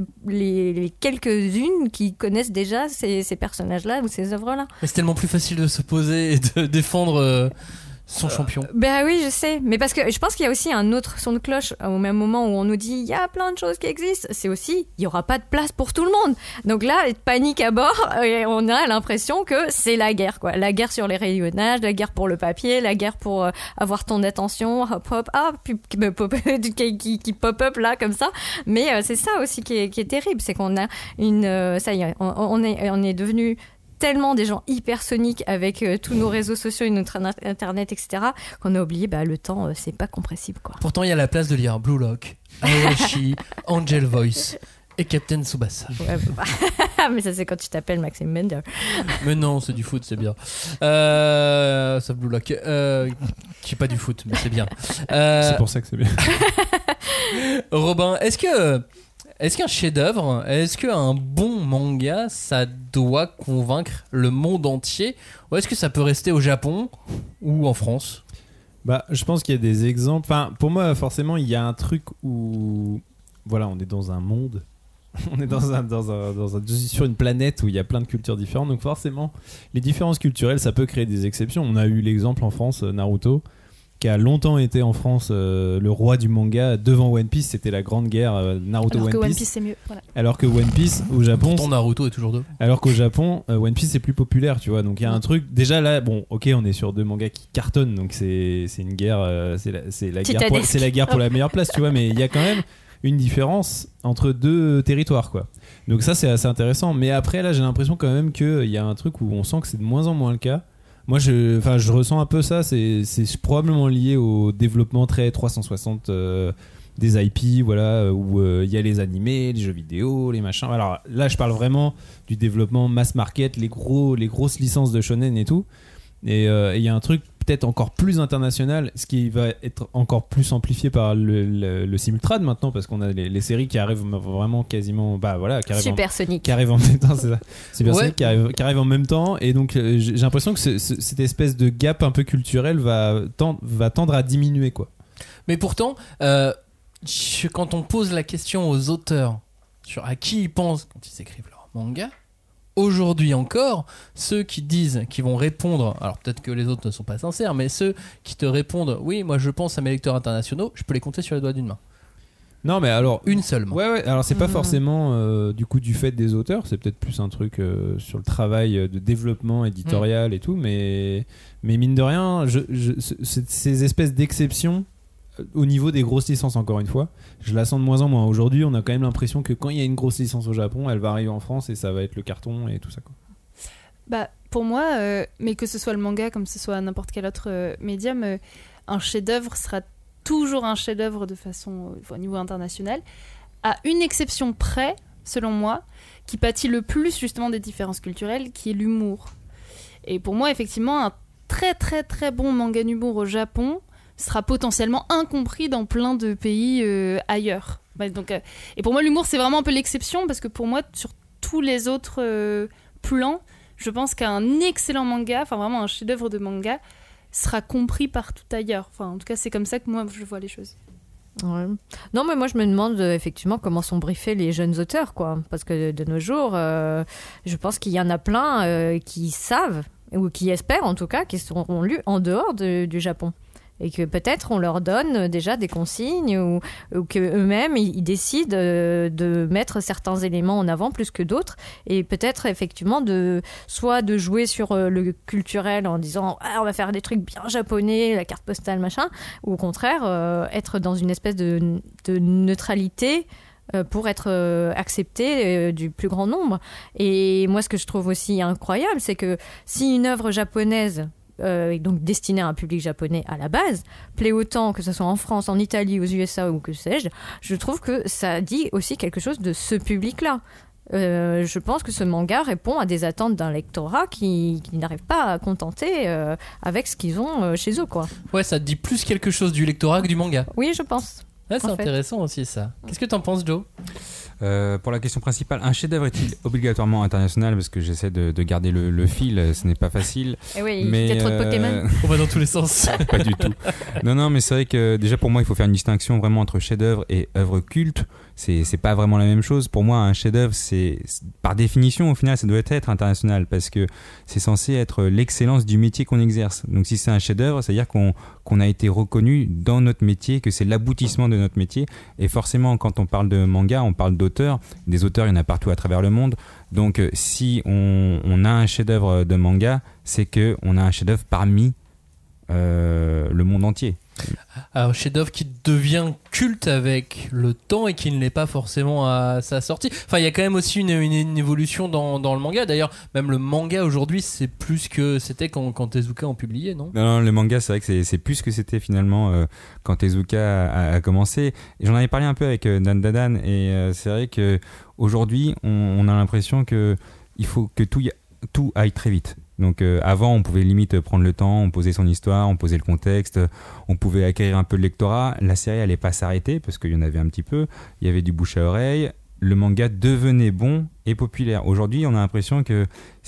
les, les quelques-unes qui connaissent déjà ces, ces personnages-là ou ces œuvres-là. Mais c'est tellement plus facile de se poser et de défendre euh, son euh, champion. Ben oui, je sais. Mais parce que je pense qu'il y a aussi un autre son de cloche au même moment où on nous dit il y a plein de choses qui existent. C'est aussi, il n'y aura pas de place pour tout le monde. Donc là, panique à bord, et on a l'impression que c'est la guerre, quoi. La guerre sur les rayonnages, la guerre pour le papier, la guerre pour euh, avoir ton attention, hop hop, ah, puis, qui, qui, qui pop up là, comme ça. Mais euh, c'est ça aussi qui est, qui est terrible, c'est qu'on a une. Euh, ça y est, on, on est, on est devenu tellement des gens hypersoniques avec euh, tous nos réseaux sociaux et notre internet, et cetera, qu'on a oublié bah, le temps, euh, c'est pas compressible, quoi. Pourtant, il y a la place de lire Blue Lock, Aoshi, Angel Voice et Captain Tsubasa. Ouais, bah, mais ça, c'est quand tu t'appelles Maxime Bender. Mais non, c'est du foot, c'est bien. Euh, ça Blue Lock, euh, qui est pas du foot, mais c'est bien. Euh, c'est pour ça que c'est bien. Robin, est-ce que Est-ce qu'un chef-d'œuvre, est-ce qu'un bon manga, ça doit convaincre le monde entier, ou est-ce que ça peut rester au Japon ou en France ? Bah, je pense qu'il y a des exemples. Enfin, pour moi, forcément, il y a un truc où, voilà, on est dans un monde, on est dans un, dans un, dans un, sur une planète où il y a plein de cultures différentes. Donc forcément, les différences culturelles, ça peut créer des exceptions. On a eu l'exemple en France, Naruto, qui a longtemps été en France euh, le roi du manga devant One Piece. C'était la grande guerre euh, Naruto alors One que Piece. One Piece c'est mieux, voilà. Alors que One Piece au Japon, pourtant Naruto est toujours deux. Alors qu'au Japon, euh, One Piece c'est plus populaire, tu vois. Donc il y a un truc. Déjà là, bon, ok, on est sur deux mangas qui cartonnent, donc c'est c'est une guerre, euh, c'est la c'est la guerre pour, c'est la guerre pour la meilleure place, tu vois. Mais il y a quand même une différence entre deux territoires, quoi. Donc ça c'est assez intéressant. Mais après là, j'ai l'impression quand même qu'il y a un truc où on sent que c'est de moins en moins le cas. Moi, je, enfin, je ressens un peu ça. C'est, c'est probablement lié au développement très trois cent soixante euh, des I P, voilà, où il euh, y a les animés, les jeux vidéo, les machins. Alors là, je parle vraiment du développement mass market, les gros, les grosses licences de shonen et tout. Et il euh, y a un truc peut-être encore plus international, ce qui va être encore plus amplifié par le, le, le simultrade maintenant, parce qu'on a les, les séries qui arrivent vraiment quasiment, bah voilà, qui arrivent Supersonic, en, qui arrivent en même temps, c'est ça, Supersonic, ouais. qui, arrive, qui arrive en même temps, et donc euh, j'ai l'impression que ce, ce, cette espèce de gap un peu culturel va tendre, va tendre à diminuer, quoi. Mais pourtant, euh, quand on pose la question aux auteurs sur à qui ils pensent quand ils écrivent leur manga, aujourd'hui encore, ceux qui disent, qui vont répondre, alors peut-être que les autres ne sont pas sincères, mais ceux qui te répondent, oui, moi je pense à mes lecteurs internationaux, je peux les compter sur les doigts d'une main. Non, mais alors une seule main. Ouais, ouais. Alors c'est pas Mmh. forcément euh, du coup du fait des auteurs, c'est peut-être plus un truc euh, sur le travail de développement éditorial mmh. et tout, mais mais mine de rien, je, je, c- ces espèces d'exceptions euh, au niveau des grosses licences, encore une fois, je la sens de moins en moins. Aujourd'hui, on a quand même l'impression que quand il y a une grosse licence au Japon, elle va arriver en France et ça va être le carton et tout ça, quoi. Bah, pour moi, euh, mais que ce soit le manga comme que ce soit n'importe quel autre euh, médium, euh, un chef-d'œuvre sera toujours un chef-d'œuvre de façon euh, au niveau international, à une exception près, selon moi, qui pâtit le plus justement des différences culturelles, qui est l'humour. Et pour moi, effectivement, un très très très bon manga d'humour au Japon sera potentiellement incompris dans plein de pays euh, ailleurs. Bah, donc, euh, et pour moi, l'humour, c'est vraiment un peu l'exception, parce que pour moi, sur tous les autres euh, plans, je pense qu'un excellent manga, enfin vraiment un chef-d'œuvre de manga, sera compris partout ailleurs. Enfin, en tout cas, c'est comme ça que moi, je vois les choses. Ouais. Non, mais moi, je me demande euh, effectivement comment sont briefés les jeunes auteurs, quoi. Parce que de nos jours, euh, je pense qu'il y en a plein euh, qui savent, ou qui espèrent en tout cas, qui seront lus en dehors de, du Japon. Et que peut-être on leur donne déjà des consignes ou, ou qu'eux-mêmes ils décident de mettre certains éléments en avant plus que d'autres et peut-être effectivement de soit de jouer sur le culturel en disant ah, on va faire des trucs bien japonais, la carte postale machin, ou au contraire euh, être dans une espèce de, de neutralité pour être accepté du plus grand nombre. Et moi ce que je trouve aussi incroyable, c'est que si une œuvre japonaise Euh, donc destiné à un public japonais à la base, plaît autant que ce soit en France, en Italie, aux U S A ou que sais-je, je trouve que ça dit aussi quelque chose de ce public-là. Euh, je pense que ce manga répond à des attentes d'un lectorat qui, qui n'arrive pas à contenter euh, avec ce qu'ils ont euh, chez eux, quoi. Ouais, ça dit plus quelque chose du lectorat que du manga. Oui, je pense. Ouais, c'est en intéressant fait. aussi ça. Qu'est-ce que t'en penses, Joe ? Euh, pour la question principale, un chef-d'œuvre est-il obligatoirement international ? Parce que j'essaie de, de garder le, le fil, ce n'est pas facile. Et oui, mais il y a trop de Pokémon. euh... On va dans tous les sens. Pas du tout. Non, non, mais c'est vrai que déjà pour moi, il faut faire une distinction vraiment entre chef-d'œuvre et œuvre culte. C'est, c'est pas vraiment la même chose. Pour moi, un chef-d'œuvre, c'est, par définition, au final, ça doit être international parce que c'est censé être l'excellence du métier qu'on exerce. Donc, si c'est un chef-d'œuvre, c'est-à-dire qu'on, qu'on a été reconnu dans notre métier, que c'est l'aboutissement de notre métier. Et forcément, quand on parle de manga, on parle d'auteurs. Des auteurs, il y en a partout à travers le monde. Donc, si on, on a un chef-d'œuvre de manga, c'est que on a un chef-d'œuvre parmi euh, le monde entier. Un chef-d'œuvre qui devient culte avec le temps et qui ne l'est pas forcément à sa sortie. Enfin, il y a quand même aussi une, une, une évolution dans, dans le manga. D'ailleurs, même le manga aujourd'hui, c'est plus que c'était quand, quand Tezuka en publiait, non ? Non, non, le manga, c'est vrai que c'est, c'est plus que c'était finalement euh, quand Tezuka a, a commencé. Et j'en avais parlé un peu avec euh, Dan Dadan et euh, c'est vrai qu'aujourd'hui, on, on a l'impression que il faut que tout, y, tout aille très vite. Donc euh, avant, on pouvait limite prendre le temps, on posait son histoire, on posait le contexte, on pouvait acquérir un peu de lectorat. La série allait pas s'arrêter parce qu'il y en avait un petit peu. Il y avait du bouche à oreille. Le manga devenait bon et populaire. Aujourd'hui, on a l'impression que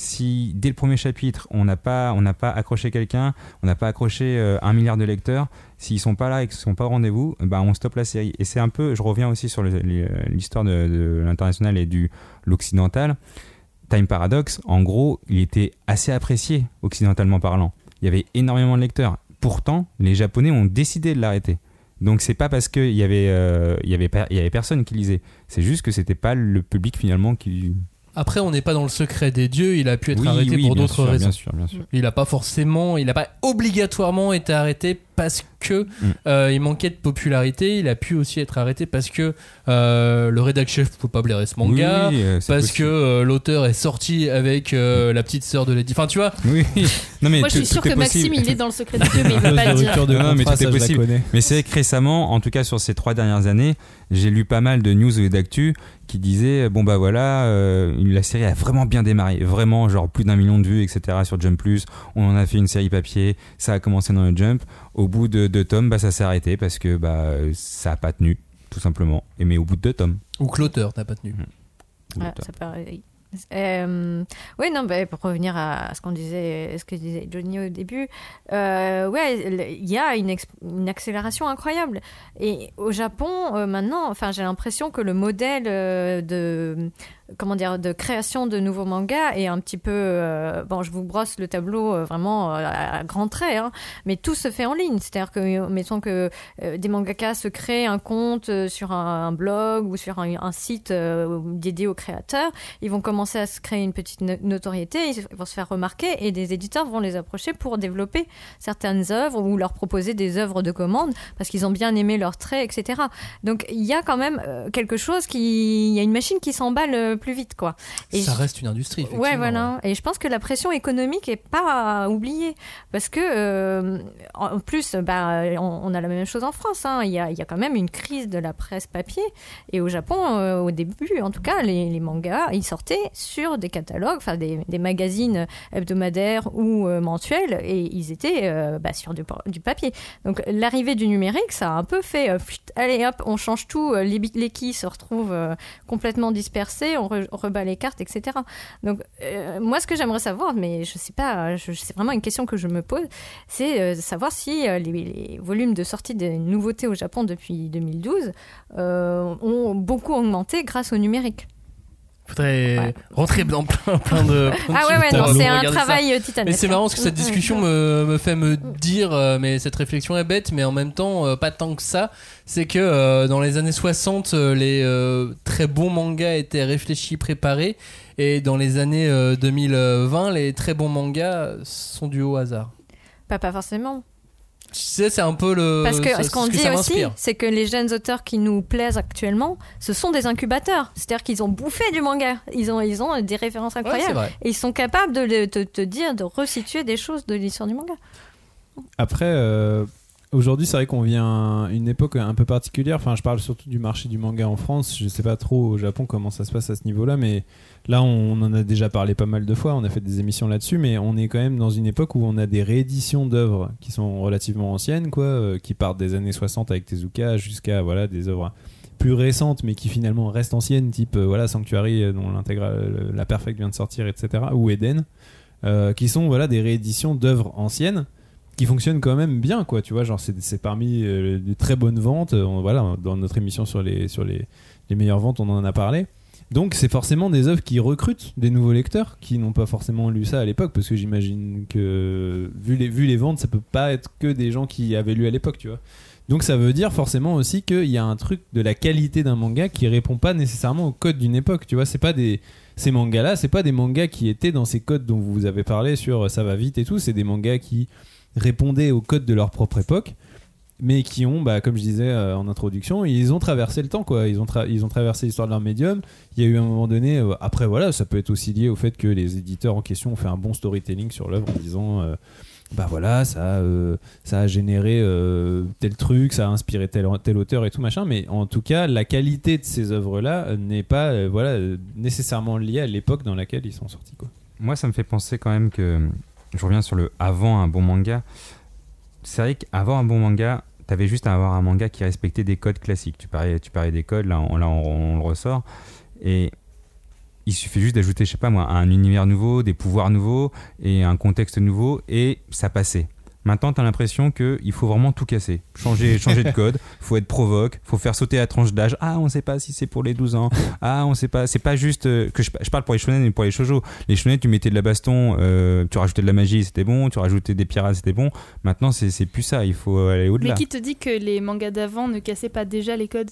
si dès le premier chapitre, on n'a pas, on n'a pas accroché quelqu'un, on n'a pas accroché euh, un milliard de lecteurs, s'ils sont pas là et qu'ils sont pas au rendez-vous, bah on stoppe la série. Et c'est un peu, je reviens aussi sur le, l'histoire de, de l'international et du l'occidental. Time Paradox, en gros, il était assez apprécié occidentalement parlant. Il y avait énormément de lecteurs. Pourtant, les Japonais ont décidé de l'arrêter. Donc c'est pas parce qu'il y avait, euh, il y avait, il y avait personne qui lisait. C'est juste que c'était pas le public finalement qui. Après, on n'est pas dans le secret des dieux. Il a pu être oui, arrêté oui, pour bien d'autres sûr, raisons. Bien sûr, bien sûr. Il n'a pas forcément, il n'a pas obligatoirement été arrêté parce que mm. euh, il manquait de popularité. Il a pu aussi être arrêté parce que euh, le rédac chef ne pouvait pas blairer ce manga, oui, oui, euh, parce possible. que euh, l'auteur est sorti avec euh, la petite sœur de Lady. Enfin, tu vois. Oui. Non, mais moi, je suis sûr que Maxime, il est dans le secret des dieux, mais il ne veut pas le dire. De non, mais contrat, tout est ça, possible. Mais c'est vrai que récemment, en tout cas sur ces trois dernières années, j'ai lu pas mal de news et d'actu qui disaient bon bah voilà, euh, la série a vraiment bien démarré, vraiment genre plus d'un million de vues, et cetera sur Jump Plus. On en a fait une série papier, ça a commencé dans le Jump. Au bout de deux tomes, bah ça s'est arrêté parce que bah ça a pas tenu, tout simplement. Et mais au bout de deux tomes. Ou que l'auteur n'a pas tenu. Mmh. Ah, ça paraît. Euh, oui, non, bah, pour revenir à ce qu'on disait, ce que disait Johnny au début, euh, ouais, il y a une, ex- une accélération incroyable. Et au Japon, euh, maintenant, enfin, j'ai l'impression que le modèle euh, de comment dire, de création de nouveaux mangas est un petit peu... Euh, bon, je vous brosse le tableau euh, vraiment euh, à grands traits, hein, mais tout se fait en ligne. C'est-à-dire que, mettons que euh, des mangakas se créent un compte euh, sur un, un blog ou sur un, un site euh, dédié aux créateurs. Ils vont commencer à se créer une petite no- notoriété, ils vont se faire remarquer et des éditeurs vont les approcher pour développer certaines œuvres ou leur proposer des œuvres de commande parce qu'ils ont bien aimé leurs traits, et cetera. Donc, il y a quand même euh, quelque chose qui... Il y a une machine qui s'emballe euh, plus vite, quoi. Et ça je... reste une industrie, effectivement. Ouais, voilà. Et je pense que la pression économique est pas à oublier. Parce que, euh, en plus, bah, on, on a la même chose en France. Hein. Il y a, il y a quand même une crise de la presse papier. Et au Japon, euh, au début, en tout cas, les, les mangas, ils sortaient sur des catalogues, enfin des, des magazines hebdomadaires ou euh, mensuels, et ils étaient euh, bah, sur du, du papier. Donc, l'arrivée du numérique, ça a un peu fait, euh, pfft, allez hop, on change tout, les, les qui se retrouvent euh, complètement dispersés, on, re, on rebat les cartes, et cetera. Donc, euh, moi, ce que j'aimerais savoir, mais je sais pas, je, c'est vraiment une question que je me pose, c'est euh, savoir si euh, les, les volumes de sortie des nouveautés au Japon depuis deux mille douze euh, ont beaucoup augmenté grâce au numérique. Faudrait ouais. rentrer dans plein, plein de. Plein ah ouais, ouais, non, c'est un travail titanesque. Mais c'est marrant parce que cette discussion me, me fait me dire, euh, mais cette réflexion est bête, mais en même temps, euh, pas tant que ça. C'est que euh, dans les années soixante, euh, les euh, très bons mangas étaient réfléchis, préparés, et dans les années euh, deux mille vingt, les très bons mangas sont dus au hasard. Pas, pas forcément. Tu sais, c'est un peu le. Parce que ce, ce qu'on ce que dit ça aussi, m'inspire. c'est que les jeunes auteurs qui nous plaisent actuellement, ce sont des incubateurs. C'est-à-dire qu'ils ont bouffé du manga. Ils ont, ils ont des références incroyables. Ouais, et ils sont capables de te, te dire, de resituer des choses de l'histoire du manga. Après, euh, aujourd'hui, c'est vrai qu'on vient une époque un peu particulière. Enfin, je parle surtout du marché du manga en France. Je sais pas trop au Japon comment ça se passe à ce niveau-là, mais là, on en a déjà parlé pas mal de fois. On a fait des émissions là-dessus, mais on est quand même dans une époque où on a des rééditions d'œuvres qui sont relativement anciennes, quoi, euh, qui partent des années soixante avec Tezuka jusqu'à voilà des œuvres plus récentes, mais qui finalement restent anciennes, type euh, voilà Sanctuary, euh, dont l'intégrale, la Perfect vient de sortir, et cetera, ou Eden, euh, qui sont voilà des rééditions d'œuvres anciennes qui fonctionnent quand même bien, quoi. Tu vois, genre c'est, c'est parmi euh, des très bonnes ventes. On, voilà, dans notre émission sur les sur les, les meilleures ventes, on en a parlé. Donc c'est forcément des œuvres qui recrutent des nouveaux lecteurs qui n'ont pas forcément lu ça à l'époque, parce que j'imagine que vu les, vu les ventes, ça peut pas être que des gens qui avaient lu à l'époque, tu vois. Donc ça veut dire forcément aussi qu'il y a un truc de la qualité d'un manga qui répond pas nécessairement au code d'une époque, tu vois. C'est pas des ces mangas là, c'est pas des mangas qui étaient dans ces codes dont vous avez parlé sur ça va vite et tout. C'est des mangas qui répondaient au code de leur propre époque, mais qui ont, bah, comme je disais euh, en introduction, ils ont traversé le temps, quoi. Ils ont, tra- ils ont traversé l'histoire de leur médium. Il y a eu un moment donné, euh, après voilà, ça peut être aussi lié au fait que les éditeurs en question ont fait un bon storytelling sur l'œuvre en disant, euh, bah voilà, ça, euh, ça a généré euh, tel truc, ça a inspiré tel, tel auteur et tout machin, mais en tout cas, la qualité de ces œuvres-là euh, n'est pas euh, voilà, euh, nécessairement liée à l'époque dans laquelle ils sont sortis, quoi. Moi, ça me fait penser quand même que, je reviens sur le avant un bon manga, c'est vrai qu'avant un bon manga, t'avais juste à avoir un manga qui respectait des codes classiques. Tu parlais, tu parlais des codes, là, on, là on, on le ressort. Et il suffit juste d'ajouter, je sais pas moi, un univers nouveau, des pouvoirs nouveaux et un contexte nouveau, et ça passait. Maintenant, t'as l'impression qu'il faut vraiment tout casser. Changer, changer de code, faut être provoque, faut faire sauter la tranche d'âge. Ah, on sait pas si c'est pour les douze ans. Ah, on sait pas. C'est pas juste euh, que je, je parle pour les shonen et pour les shoujo. Les shonen, tu mettais de la baston, euh, tu rajoutais de la magie, c'était bon. Tu rajoutais des pirates, c'était bon. Maintenant, c'est, c'est plus ça. Il faut aller au-delà. Mais qui te dit que les mangas d'avant ne cassaient pas déjà les codes ?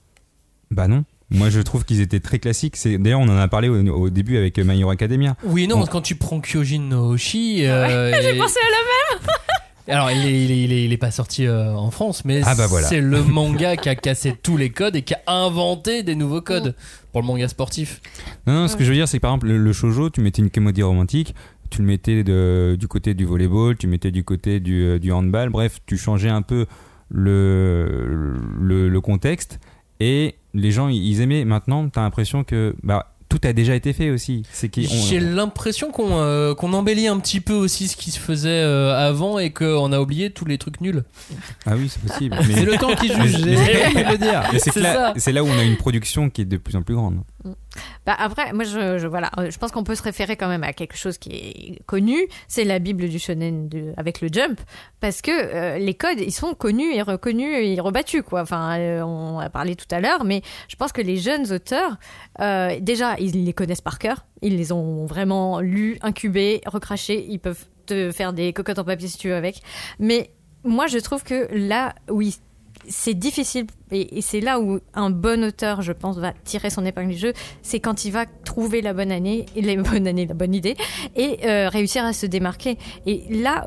Bah non. Moi, je trouve qu'ils étaient très classiques. C'est... D'ailleurs, on en a parlé au, au début avec My Hero Academia. Oui, non, on... quand tu prends Kyojin no Oshi... Euh, ouais, j'ai et... pensé à la même. Alors, il est, il est, il est, il est pas sorti euh, en France, mais ah bah voilà. C'est le manga qui a cassé tous les codes et qui a inventé des nouveaux codes mmh. pour le manga sportif. Non, non, ce que je veux dire, c'est que par exemple, le, le shoujo, tu mettais une comédie romantique, tu le mettais de, du côté du volleyball, tu mettais du côté du, euh, du handball, bref, tu changeais un peu le, le, le contexte et les gens, ils aimaient. Maintenant, t'as l'impression que... Bah, tout a déjà été fait aussi. C'est qu'on... J'ai l'impression qu'on, euh, qu'on embellit un petit peu aussi ce qui se faisait euh, avant et qu'on a oublié tous les trucs nuls. Ah oui, c'est possible. Mais c'est le temps qui juge. Mais, mais, mais, dire. Mais c'est, c'est, là, c'est là où on a une production qui est de plus en plus grande. Bah après, moi, je, je, voilà, je pense qu'on peut se référer quand même à quelque chose qui est connu. C'est la Bible du shonen de, avec le Jump, parce que euh, les codes, ils sont connus et reconnus et rebattus, quoi. Enfin, euh, on a parlé tout à l'heure, mais je pense que les jeunes auteurs, euh, déjà, ils les connaissent par cœur. Ils les ont vraiment lus, incubés, recrachés. Ils peuvent te faire des cocottes en papier si tu veux avec. Mais moi, je trouve que là, oui, c'est difficile, et, et c'est là où un bon auteur, je pense, va tirer son épingle du jeu, c'est quand il va trouver la bonne année, la bonne année, la bonne idée, et euh, réussir à se démarquer. Et là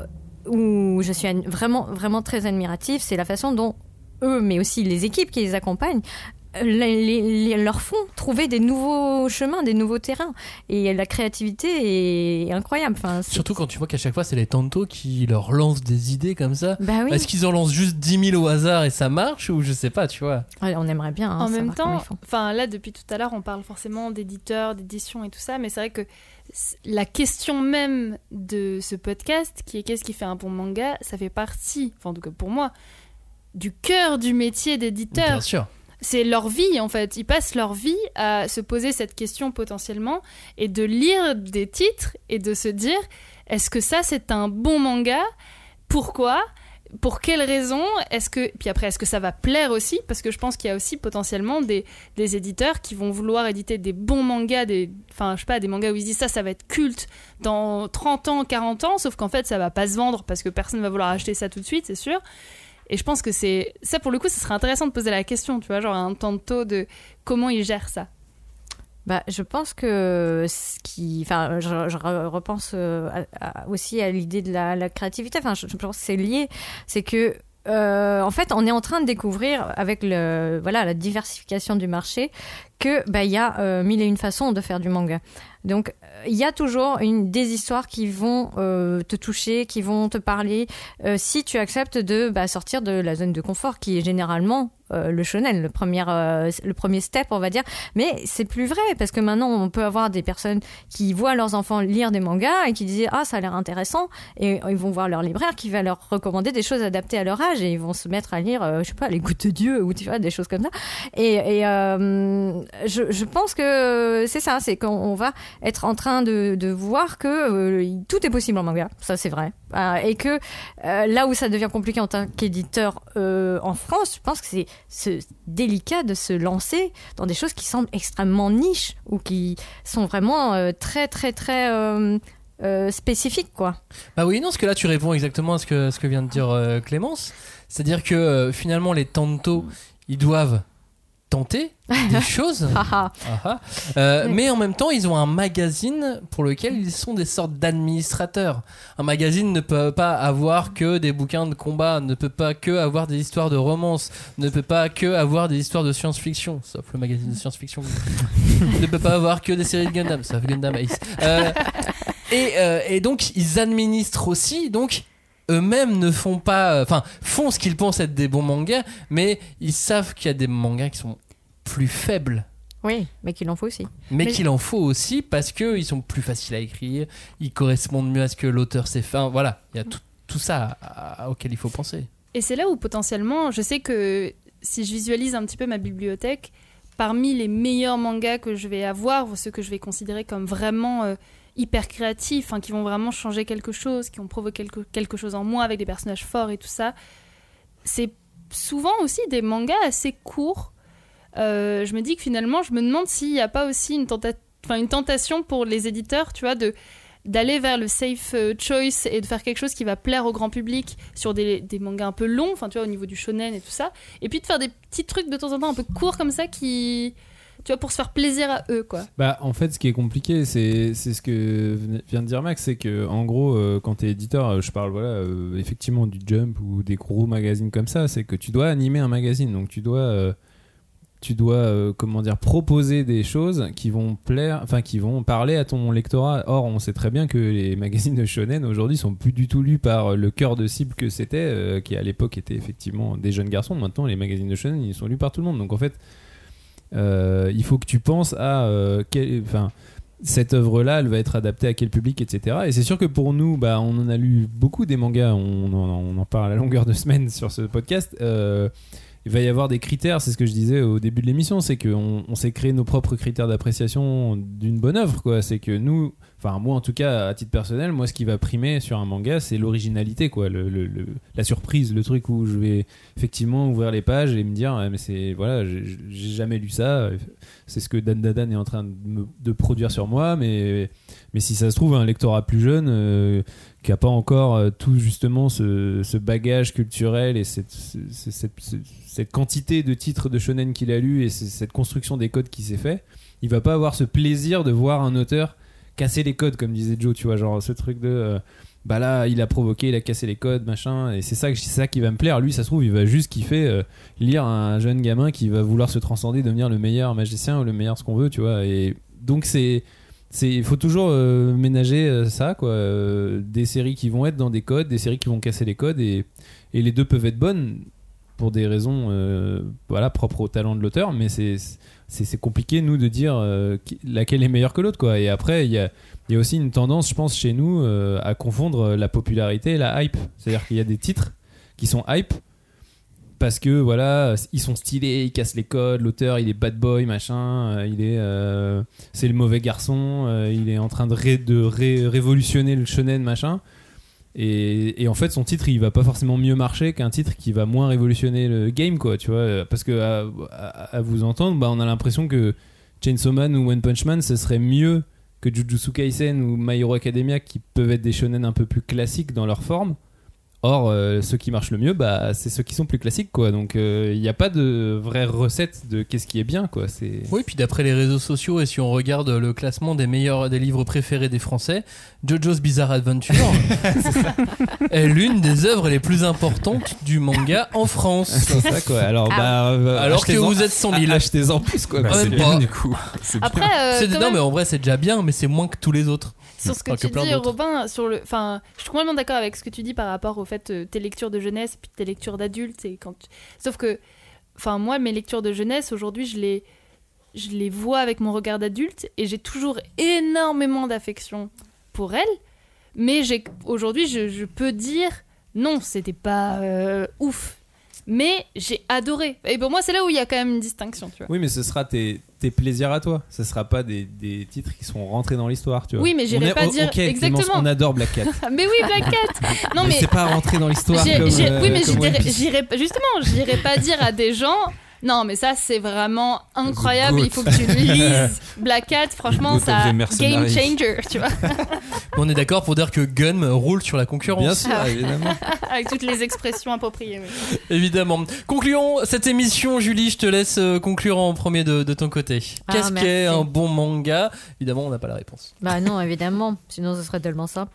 où je suis vraiment, vraiment très admirative, c'est la façon dont eux, mais aussi les équipes qui les accompagnent, Les, les, les, leur font trouver des nouveaux chemins, des nouveaux terrains. Et la créativité est incroyable. Enfin, c'est... Surtout quand tu vois qu'à chaque fois, c'est les tantos qui leur lancent des idées comme ça. Bah oui. Est-ce qu'ils en lancent juste dix mille au hasard et ça marche, ou je sais pas, tu vois. Ouais, on aimerait bien. Hein, en même temps, enfin là, depuis tout à l'heure, on parle forcément d'éditeurs, d'édition et tout ça, mais c'est vrai que la question même de ce podcast, qui est qu'est-ce qui fait un bon manga, ça fait partie, enfin en tout cas pour moi, du cœur du métier d'éditeur. Bien sûr. C'est leur vie, en fait. Ils passent leur vie à se poser cette question potentiellement et de lire des titres et de se dire, est-ce que ça, c'est un bon manga ? Pourquoi ? Pour quelles raisons ? Est-ce que... Puis après, est-ce que ça va plaire aussi ? Parce que je pense qu'il y a aussi potentiellement des, des éditeurs qui vont vouloir éditer des bons mangas, des... enfin, je sais pas, des mangas où ils se disent ça, ça va être culte dans trente ans, quarante ans, sauf qu'en fait, ça va pas se vendre parce que personne va vouloir acheter ça tout de suite, c'est sûr. Et je pense que c'est... Ça, pour le coup, ce serait intéressant de poser la question, tu vois, genre un tanto de comment ils gèrent ça. Bah, je pense que ce qui... Enfin, je, je repense à, à, aussi à l'idée de la, la créativité. Enfin, je, je pense que c'est lié. C'est que, euh, en fait, on est en train de découvrir, avec le, voilà, la diversification du marché, que bah, y a euh, mille et une façons de faire du manga. Donc, il y a toujours une, des histoires qui vont euh, te toucher, qui vont te parler, euh, si tu acceptes de bah, sortir de la zone de confort, qui est généralement euh, le shonen, le premier, euh, le premier step, on va dire. Mais c'est plus vrai, parce que maintenant, on peut avoir des personnes qui voient leurs enfants lire des mangas et qui disent « Ah, ça a l'air intéressant », et ils vont voir leur libraire qui va leur recommander des choses adaptées à leur âge, et ils vont se mettre à lire, euh, je sais pas, Les Gouttes de Dieu, ou tu vois, des choses comme ça. Et, et euh, je, je pense que c'est ça, c'est qu'on va être en train de, de voir que euh, tout est possible en manga, ça c'est vrai. Euh, et que euh, là où ça devient compliqué en tant qu'éditeur euh, en France, je pense que c'est ce délicat de se lancer dans des choses qui semblent extrêmement niches ou qui sont vraiment euh, très très très euh, euh, spécifiques, quoi. Bah oui, non, parce que là tu réponds exactement à ce que, ce que vient de dire euh, Clémence. C'est-à-dire que euh, finalement les tantos, ils doivent tenter des choses, ah, ah. Euh, oui. Mais en même temps ils ont un magazine pour lequel ils sont des sortes d'administrateurs. Un magazine ne peut pas avoir que des bouquins de combat, ne peut pas que avoir des histoires de romance, ne peut pas que avoir des histoires de science-fiction, sauf le magazine de science-fiction. Ne peut pas avoir que des séries de Gundam, sauf Gundam Ace. Euh, et, euh, et donc ils administrent aussi, donc eux-mêmes ne font pas, enfin font ce qu'ils pensent être des bons mangas, mais ils savent qu'il y a des mangas qui sont plus faibles. Oui, mais qu'il en faut aussi. Mais, mais qu'il je... en faut aussi parce qu'ils sont plus faciles à écrire, ils correspondent mieux à ce que l'auteur sait faire. Voilà, il y a tout, tout ça à, à, auquel il faut penser. Et c'est là où potentiellement, je sais que si je visualise un petit peu ma bibliothèque, parmi les meilleurs mangas que je vais avoir, ceux que je vais considérer comme vraiment euh, hyper créatifs, hein, qui vont vraiment changer quelque chose, qui vont provoquer quelque, quelque chose en moi avec des personnages forts et tout ça, c'est souvent aussi des mangas assez courts. Euh, je me dis que finalement, je me demande s'il n'y a pas aussi une, tenta- une tentation pour les éditeurs, tu vois, de, d'aller vers le safe choice et de faire quelque chose qui va plaire au grand public sur des, des mangas un peu longs, enfin, tu vois, au niveau du shonen et tout ça, et puis de faire des petits trucs de temps en temps un peu courts comme ça qui... Tu vois, pour se faire plaisir à eux, quoi. Bah, en fait, ce qui est compliqué, c'est, c'est ce que vient de dire Max, c'est que, en gros, euh, quand t'es éditeur, je parle, voilà, euh, effectivement, du Jump ou des gros magazines comme ça, c'est que tu dois animer un magazine, donc tu dois, euh, tu dois, euh, comment dire, proposer des choses qui vont plaire, enfin, qui vont parler à ton lectorat. Or, on sait très bien que les magazines de shonen aujourd'hui sont plus du tout lus par le cœur de cible que c'était, euh, qui à l'époque était effectivement des jeunes garçons. Maintenant, les magazines de shonen, ils sont lus par tout le monde. Donc, en fait, Euh, il faut que tu penses à euh, quel, cette œuvre-là, elle va être adaptée à quel public, et cetera. Et c'est sûr que pour nous, bah, on en a lu beaucoup des mangas, on en, on en parle à longueur de semaine sur ce podcast. Euh, il va y avoir des critères, c'est ce que je disais au début de l'émission, c'est qu'on on s'est créé nos propres critères d'appréciation d'une bonne œuvre, quoi. C'est que nous, enfin moi en tout cas à titre personnel, moi ce qui va primer sur un manga, c'est l'originalité, quoi, le, le, le, la surprise, le truc où je vais effectivement ouvrir les pages et me dire ah, mais c'est voilà, j'ai, j'ai jamais lu ça, c'est ce que Dan Dadan est en train de, me, de produire sur moi, mais mais si ça se trouve un lectorat plus jeune euh, qui a pas encore euh, tout justement ce, ce bagage culturel et cette, cette, cette, cette, cette quantité de titres de shonen qu'il a lu et cette construction des codes qui s'est fait, il va pas avoir ce plaisir de voir un auteur casser les codes, comme disait Joe, tu vois, genre ce truc de euh, bah là il a provoqué, il a cassé les codes, machin, et c'est ça, c'est ça qui va me plaire. Lui, ça se trouve, il va juste kiffer euh, lire un jeune gamin qui va vouloir se transcender, devenir le meilleur magicien ou le meilleur ce qu'on veut, tu vois. Et donc c'est c'est il faut toujours euh, ménager euh, ça, quoi, euh, des séries qui vont être dans des codes, des séries qui vont casser les codes, et et les deux peuvent être bonnes pour des raisons euh, voilà, propres au talent de l'auteur, mais c'est c'est, c'est compliqué, nous, de dire euh, laquelle est meilleure que l'autre, quoi. Et après, il y a, y a aussi une tendance, je pense, chez nous, euh, à confondre la popularité et la hype. C'est-à-dire qu'il y a des titres qui sont hype parce que, voilà, ils sont stylés, ils cassent les codes, l'auteur, il est bad boy, machin, euh, il est... Euh, c'est le mauvais garçon, euh, il est en train de, ré, de ré, révolutionner le shonen, machin. Et, et en fait, son titre, il va pas forcément mieux marcher qu'un titre qui va moins révolutionner le game, quoi, tu vois. Parce que à, à, à vous entendre, bah, on a l'impression que Chainsaw Man ou One Punch Man, ce serait mieux que Jujutsu Kaisen ou My Hero Academia, qui peuvent être des shonen un peu plus classiques dans leur forme. Or, euh, ceux qui marchent le mieux, bah, c'est ceux qui sont plus classiques, quoi. Donc, il euh, n'y a pas de vraie recette de qu'est-ce qui est bien, quoi. C'est... Oui, puis d'après les réseaux sociaux, et si on regarde le classement des meilleurs des livres préférés des Français, JoJo's Bizarre Adventure est l'une des œuvres les plus importantes du manga en France. C'est ça, quoi. Alors, bah, euh, alors que vous êtes sans l'île, achetez-en plus, quoi. Bah, c'est bien, du coup. C'est Après, bien. euh, c'est, quand non, même, mais en vrai, c'est déjà bien, mais c'est moins que tous les autres. sur ce que Enfin, tu que plein dis, d'autres. Robin, sur le, enfin, je suis complètement d'accord avec ce que tu dis par rapport au fait euh, tes lectures de jeunesse et puis tes lectures d'adultes. Et quand, tu... sauf que, enfin, moi, mes lectures de jeunesse aujourd'hui, je les, je les vois avec mon regard d'adulte et j'ai toujours énormément d'affection pour elles. Mais j'ai, aujourd'hui, je, je peux dire non, c'était pas euh, ouf. Mais j'ai adoré. Et pour moi, c'est là où il y a quand même une distinction, tu vois. Oui, mais ce sera tes, tes plaisirs à toi. Ce sera pas des, des titres qui seront rentrés dans l'histoire, tu vois. Oui, mais j'irai on est, pas oh, dire okay, exactement. Clémence, on adore Black Cat. Mais oui, Black Cat. Non, mais, mais c'est pas rentré dans l'histoire. J'ai- Comme, j'ai- euh, oui, mais comme j'irai, One Piece. j'irai justement, j'irai pas dire à des gens. Non, mais ça, c'est vraiment incroyable. Goat. Il faut que tu lises Black Cat. Franchement, Goat ça of the game mercenary. changer, tu vois, On est d'accord pour dire que Gun roule sur la concurrence. Bien sûr, évidemment. avec toutes les expressions appropriées. Oui. Évidemment. Concluons cette émission, Julie, je te laisse euh, conclure en premier de, de ton côté. Ah, Qu'est-ce merci. qu'est un bon manga ? Évidemment, on n'a pas la réponse. Bah non, évidemment, sinon ce serait tellement simple.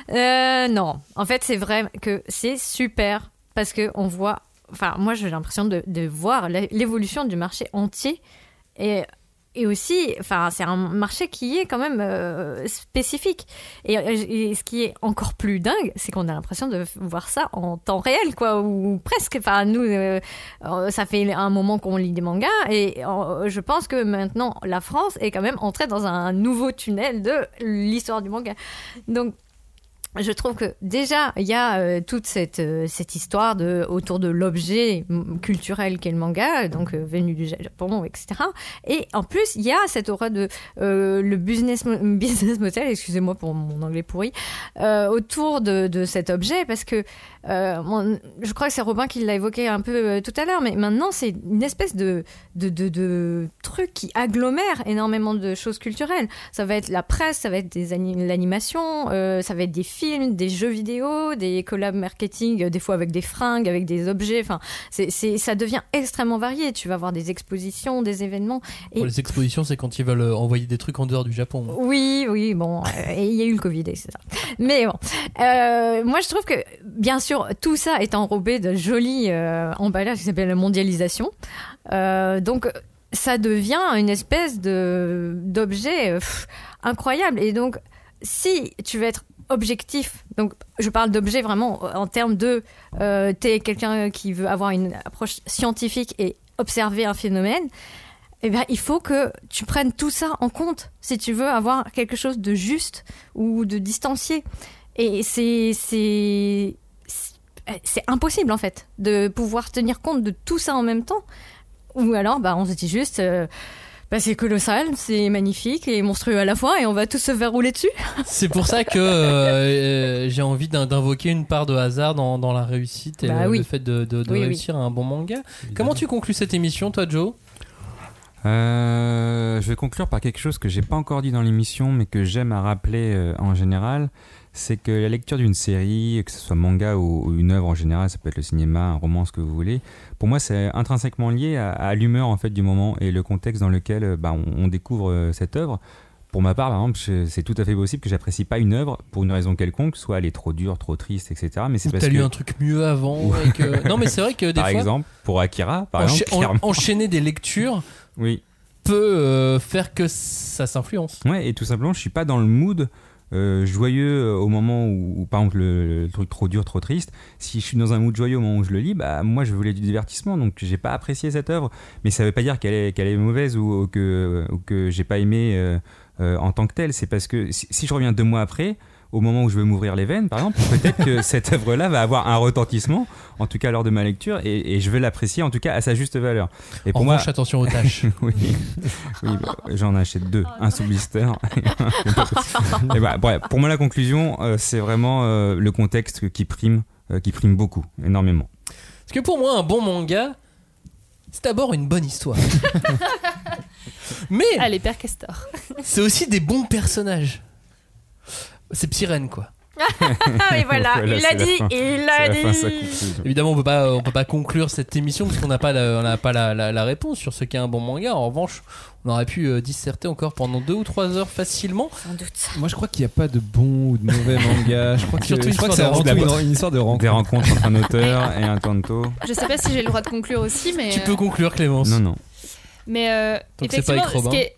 Euh, non, en fait, c'est vrai que c'est super parce que on voit. Enfin, moi, j'ai l'impression de, de voir la- l'évolution du marché entier et et aussi, enfin, c'est un marché qui est quand même euh, spécifique. Et, et ce qui est encore plus dingue, c'est qu'on a l'impression de voir ça en temps réel, quoi, ou presque. Enfin, nous, euh, ça fait un moment qu'on lit des mangas, et euh, je pense que maintenant, la France est quand même entrée dans un nouveau tunnel de l'histoire du manga. Donc, je trouve que déjà il y a euh, toute cette euh, cette histoire de autour de l'objet m- culturel qu'est le manga, donc euh, venu du Japon, et cetera. Et en plus il y a cette aura de euh, le business mo- business model, excusez-moi pour mon anglais pourri, euh, autour de de cet objet, parce que euh, mon- je crois que c'est Robin qui l'a évoqué un peu euh, tout à l'heure, mais maintenant c'est une espèce de de de, de truc qui agglomère énormément de choses culturelles. Ça va être la presse, ça va être des ani- l'animation, euh, ça va être des films, des jeux vidéo, des collabs marketing, euh, des fois avec des fringues, avec des objets. Enfin, c'est, c'est, ça devient extrêmement varié. Tu vas avoir des expositions, des événements. Et... Bon, les expositions, c'est quand ils veulent euh, envoyer des trucs en dehors du Japon. Oui, oui, bon, euh, et il y a eu le Covid, et c'est ça. Mais bon, euh, moi je trouve que, bien sûr, tout ça est enrobé de jolis euh, emballages qui s'appellent la mondialisation. Euh, donc, ça devient une espèce de d'objet euh, pff, incroyable. Et donc, si tu veux être objectif, donc je parle d'objet vraiment en termes de euh, t'es quelqu'un qui veut avoir une approche scientifique et observer un phénomène, eh bien, il faut que tu prennes tout ça en compte si tu veux avoir quelque chose de juste ou de distancié. Et c'est, c'est, c'est c'est impossible en fait de pouvoir tenir compte de tout ça en même temps. Ou alors, bah, on se dit juste, euh, bah, c'est colossal, c'est magnifique et monstrueux à la fois, et on va tous se faire rouler dessus. C'est pour ça que euh, j'ai envie d'in- d'invoquer une part de hasard dans, dans la réussite et Bah euh, oui. le fait de, de, de Oui, réussir un bon manga. Comment tu conclus cette émission, toi, Joe ? Euh, je vais conclure par quelque chose que j'ai pas encore dit dans l'émission, mais que j'aime à rappeler euh, en général. C'est que la lecture d'une série, que ce soit manga ou, ou une œuvre en général, ça peut être le cinéma, un roman, ce que vous voulez. Pour moi, c'est intrinsèquement lié à, à l'humeur en fait du moment et le contexte dans lequel euh, bah, on, on découvre euh, cette œuvre. Pour ma part, par exemple, je- c'est tout à fait possible que j'apprécie pas une œuvre pour une raison quelconque, soit elle est trop dure, trop triste, et cetera. Mais c'est Ou parce t'as que lu un truc mieux avant et que... Non, mais c'est vrai que des par fois, exemple, pour Akira, par encha- exemple, en- clairement. enchaîner des lectures Oui. peut euh, faire que ça s'influence. Ouais, et tout simplement, je suis pas dans le mood euh, joyeux euh, au moment où, où, par exemple, le, le truc trop dur, trop triste. Si je suis dans un mood joyeux au moment où je le lis, bah moi, je voulais du divertissement, donc j'ai pas apprécié cette œuvre. Mais ça veut pas dire qu'elle est, qu'elle est mauvaise ou, ou que, ou que j'ai pas aimé euh, euh, en tant que telle. C'est parce que si, si je reviens deux mois après, au moment où je veux m'ouvrir les veines, par exemple, peut-être que cette œuvre-là va avoir un retentissement, en tout cas lors de ma lecture, et, et je vais l'apprécier, en tout cas à sa juste valeur. Et En pour moi, revanche, attention aux tâches. oui, oui bah, j'en achète deux, un sous blister. Et bah, bref, pour moi, la conclusion, euh, c'est vraiment euh, le contexte qui prime, euh, qui prime beaucoup, énormément. Parce que pour moi, un bon manga, c'est d'abord une bonne histoire. Mais Allez, Père Castor. c'est aussi des bons personnages. C'est Psyrène, quoi. Ah oui, voilà, Voilà, il c'est l'a la dit, fin. il C'est l'a la fin de sa dit. conclusion. Évidemment, on peut pas, on peut pas conclure cette émission parce qu'on n'a pas, la, on n'a pas la, la, la réponse sur ce qu'est un bon manga. En revanche, on aurait pu euh, disserter encore pendant deux ou trois heures facilement. Sans doute. Moi, je crois qu'il n'y a pas de bon ou de mauvais manga. Je crois que, Surtout je crois une que c'est histoire avant de tout rencontre. une, une histoire de rencontre. Des rencontres entre un auteur et un tanto. Je sais pas si j'ai le droit de conclure aussi, mais. Tu euh, peux conclure, Clémence. Non, non. Mais euh, Donc c'est pas effectivement, avec Robin. ce qui est...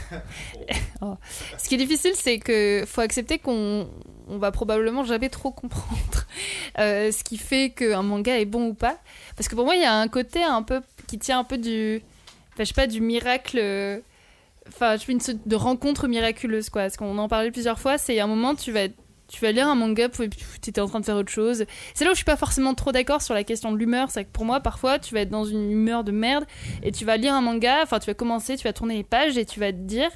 Oh. Ce qui est difficile, c'est que faut accepter qu'on on va probablement jamais trop comprendre euh, ce qui fait qu'un manga est bon ou pas. Parce que pour moi, il y a un côté un peu qui tient un peu du, enfin, je sais pas, du miracle. euh, Enfin, je fais une sorte de rencontre miraculeuse, quoi. Parce qu'on en parlait plusieurs fois. C'est un moment, tu vas tu vas lire un manga, puis tu étais en train de faire autre chose. C'est là où je suis pas forcément trop d'accord sur la question de l'humeur. C'est que pour moi, parfois, tu vas être dans une humeur de merde et tu vas lire un manga, enfin, tu vas commencer, tu vas tourner les pages et tu vas te dire,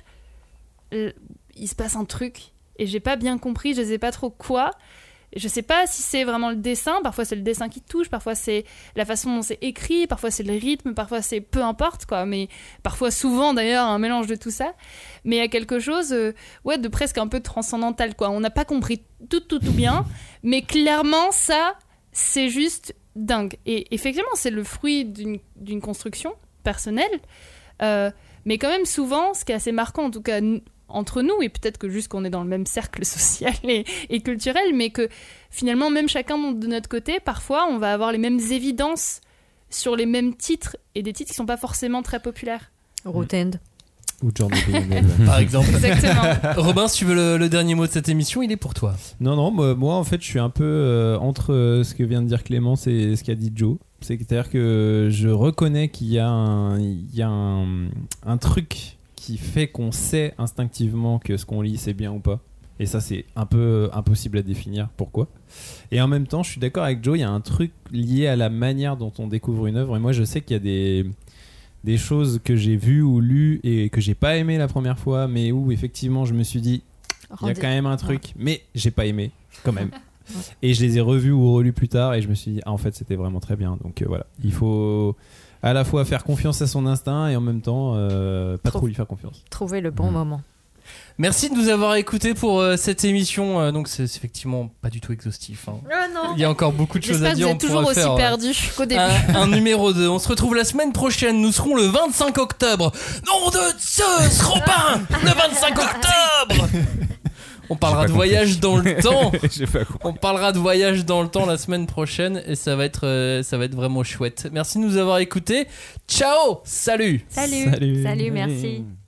euh, il se passe un truc et j'ai pas bien compris, je sais pas trop quoi. Je sais pas si c'est vraiment le dessin, parfois c'est le dessin qui touche, parfois c'est la façon dont c'est écrit, parfois c'est le rythme, parfois c'est peu importe quoi, mais parfois souvent d'ailleurs un mélange de tout ça. Mais il y a quelque chose euh, ouais, de presque un peu transcendantal quoi. On n'a pas compris tout tout tout bien, mais clairement ça c'est juste dingue. Et effectivement c'est le fruit d'une, d'une construction personnelle, euh, mais quand même souvent ce qui est assez marquant en tout cas entre nous, et peut-être que juste qu'on est dans le même cercle social et, et culturel, mais que finalement, même chacun de notre côté, parfois, on va avoir les mêmes évidences sur les mêmes titres, et des titres qui sont pas forcément très populaires. Rotend. Ou Journée de Noël. Par exemple. Exactement. Robin, si tu veux le, le dernier mot de cette émission, il est pour toi. Non, non, moi, moi, en fait, je suis un peu euh, entre euh, ce que vient de dire Clémence et ce qu'a dit Joe. C'est-à-dire que je reconnais qu'il y a un, il y a un, un truc qui fait qu'on sait instinctivement que ce qu'on lit c'est bien ou pas. Et ça c'est un peu impossible à définir pourquoi. Et en même temps je suis d'accord avec Joe, il y a un truc lié à la manière dont on découvre une œuvre. Et moi je sais qu'il y a des, des choses que j'ai vues ou lues et que j'ai pas aimé la première fois, mais où effectivement je me suis dit il y a quand même un truc, mais j'ai pas aimé quand même. Et je les ai revus ou relus plus tard et je me suis dit ah en fait c'était vraiment très bien. Donc euh, voilà, il faut à la fois faire confiance à son instinct et en même temps euh, pas Trouve, trop lui faire confiance. Trouver le bon mmh. moment. Merci de nous avoir écoutés pour euh, cette émission. Euh, donc c'est, c'est effectivement pas du tout exhaustif. Hein. Oh non. Il y a encore beaucoup de choses à dire. J'espère que vous êtes toujours aussi faire, perdu euh, qu'au début. Un, un numéro deux. On se retrouve la semaine prochaine. Nous serons le vingt-cinq octobre. Nom de Zeus, Robin, le vingt-cinq octobre. On parlera de voyage dans le temps. On parlera de voyage dans le temps la semaine prochaine et ça va être, euh, ça va être vraiment chouette. Merci de nous avoir écoutés. Ciao, salut. Salut. Salut, Salut merci.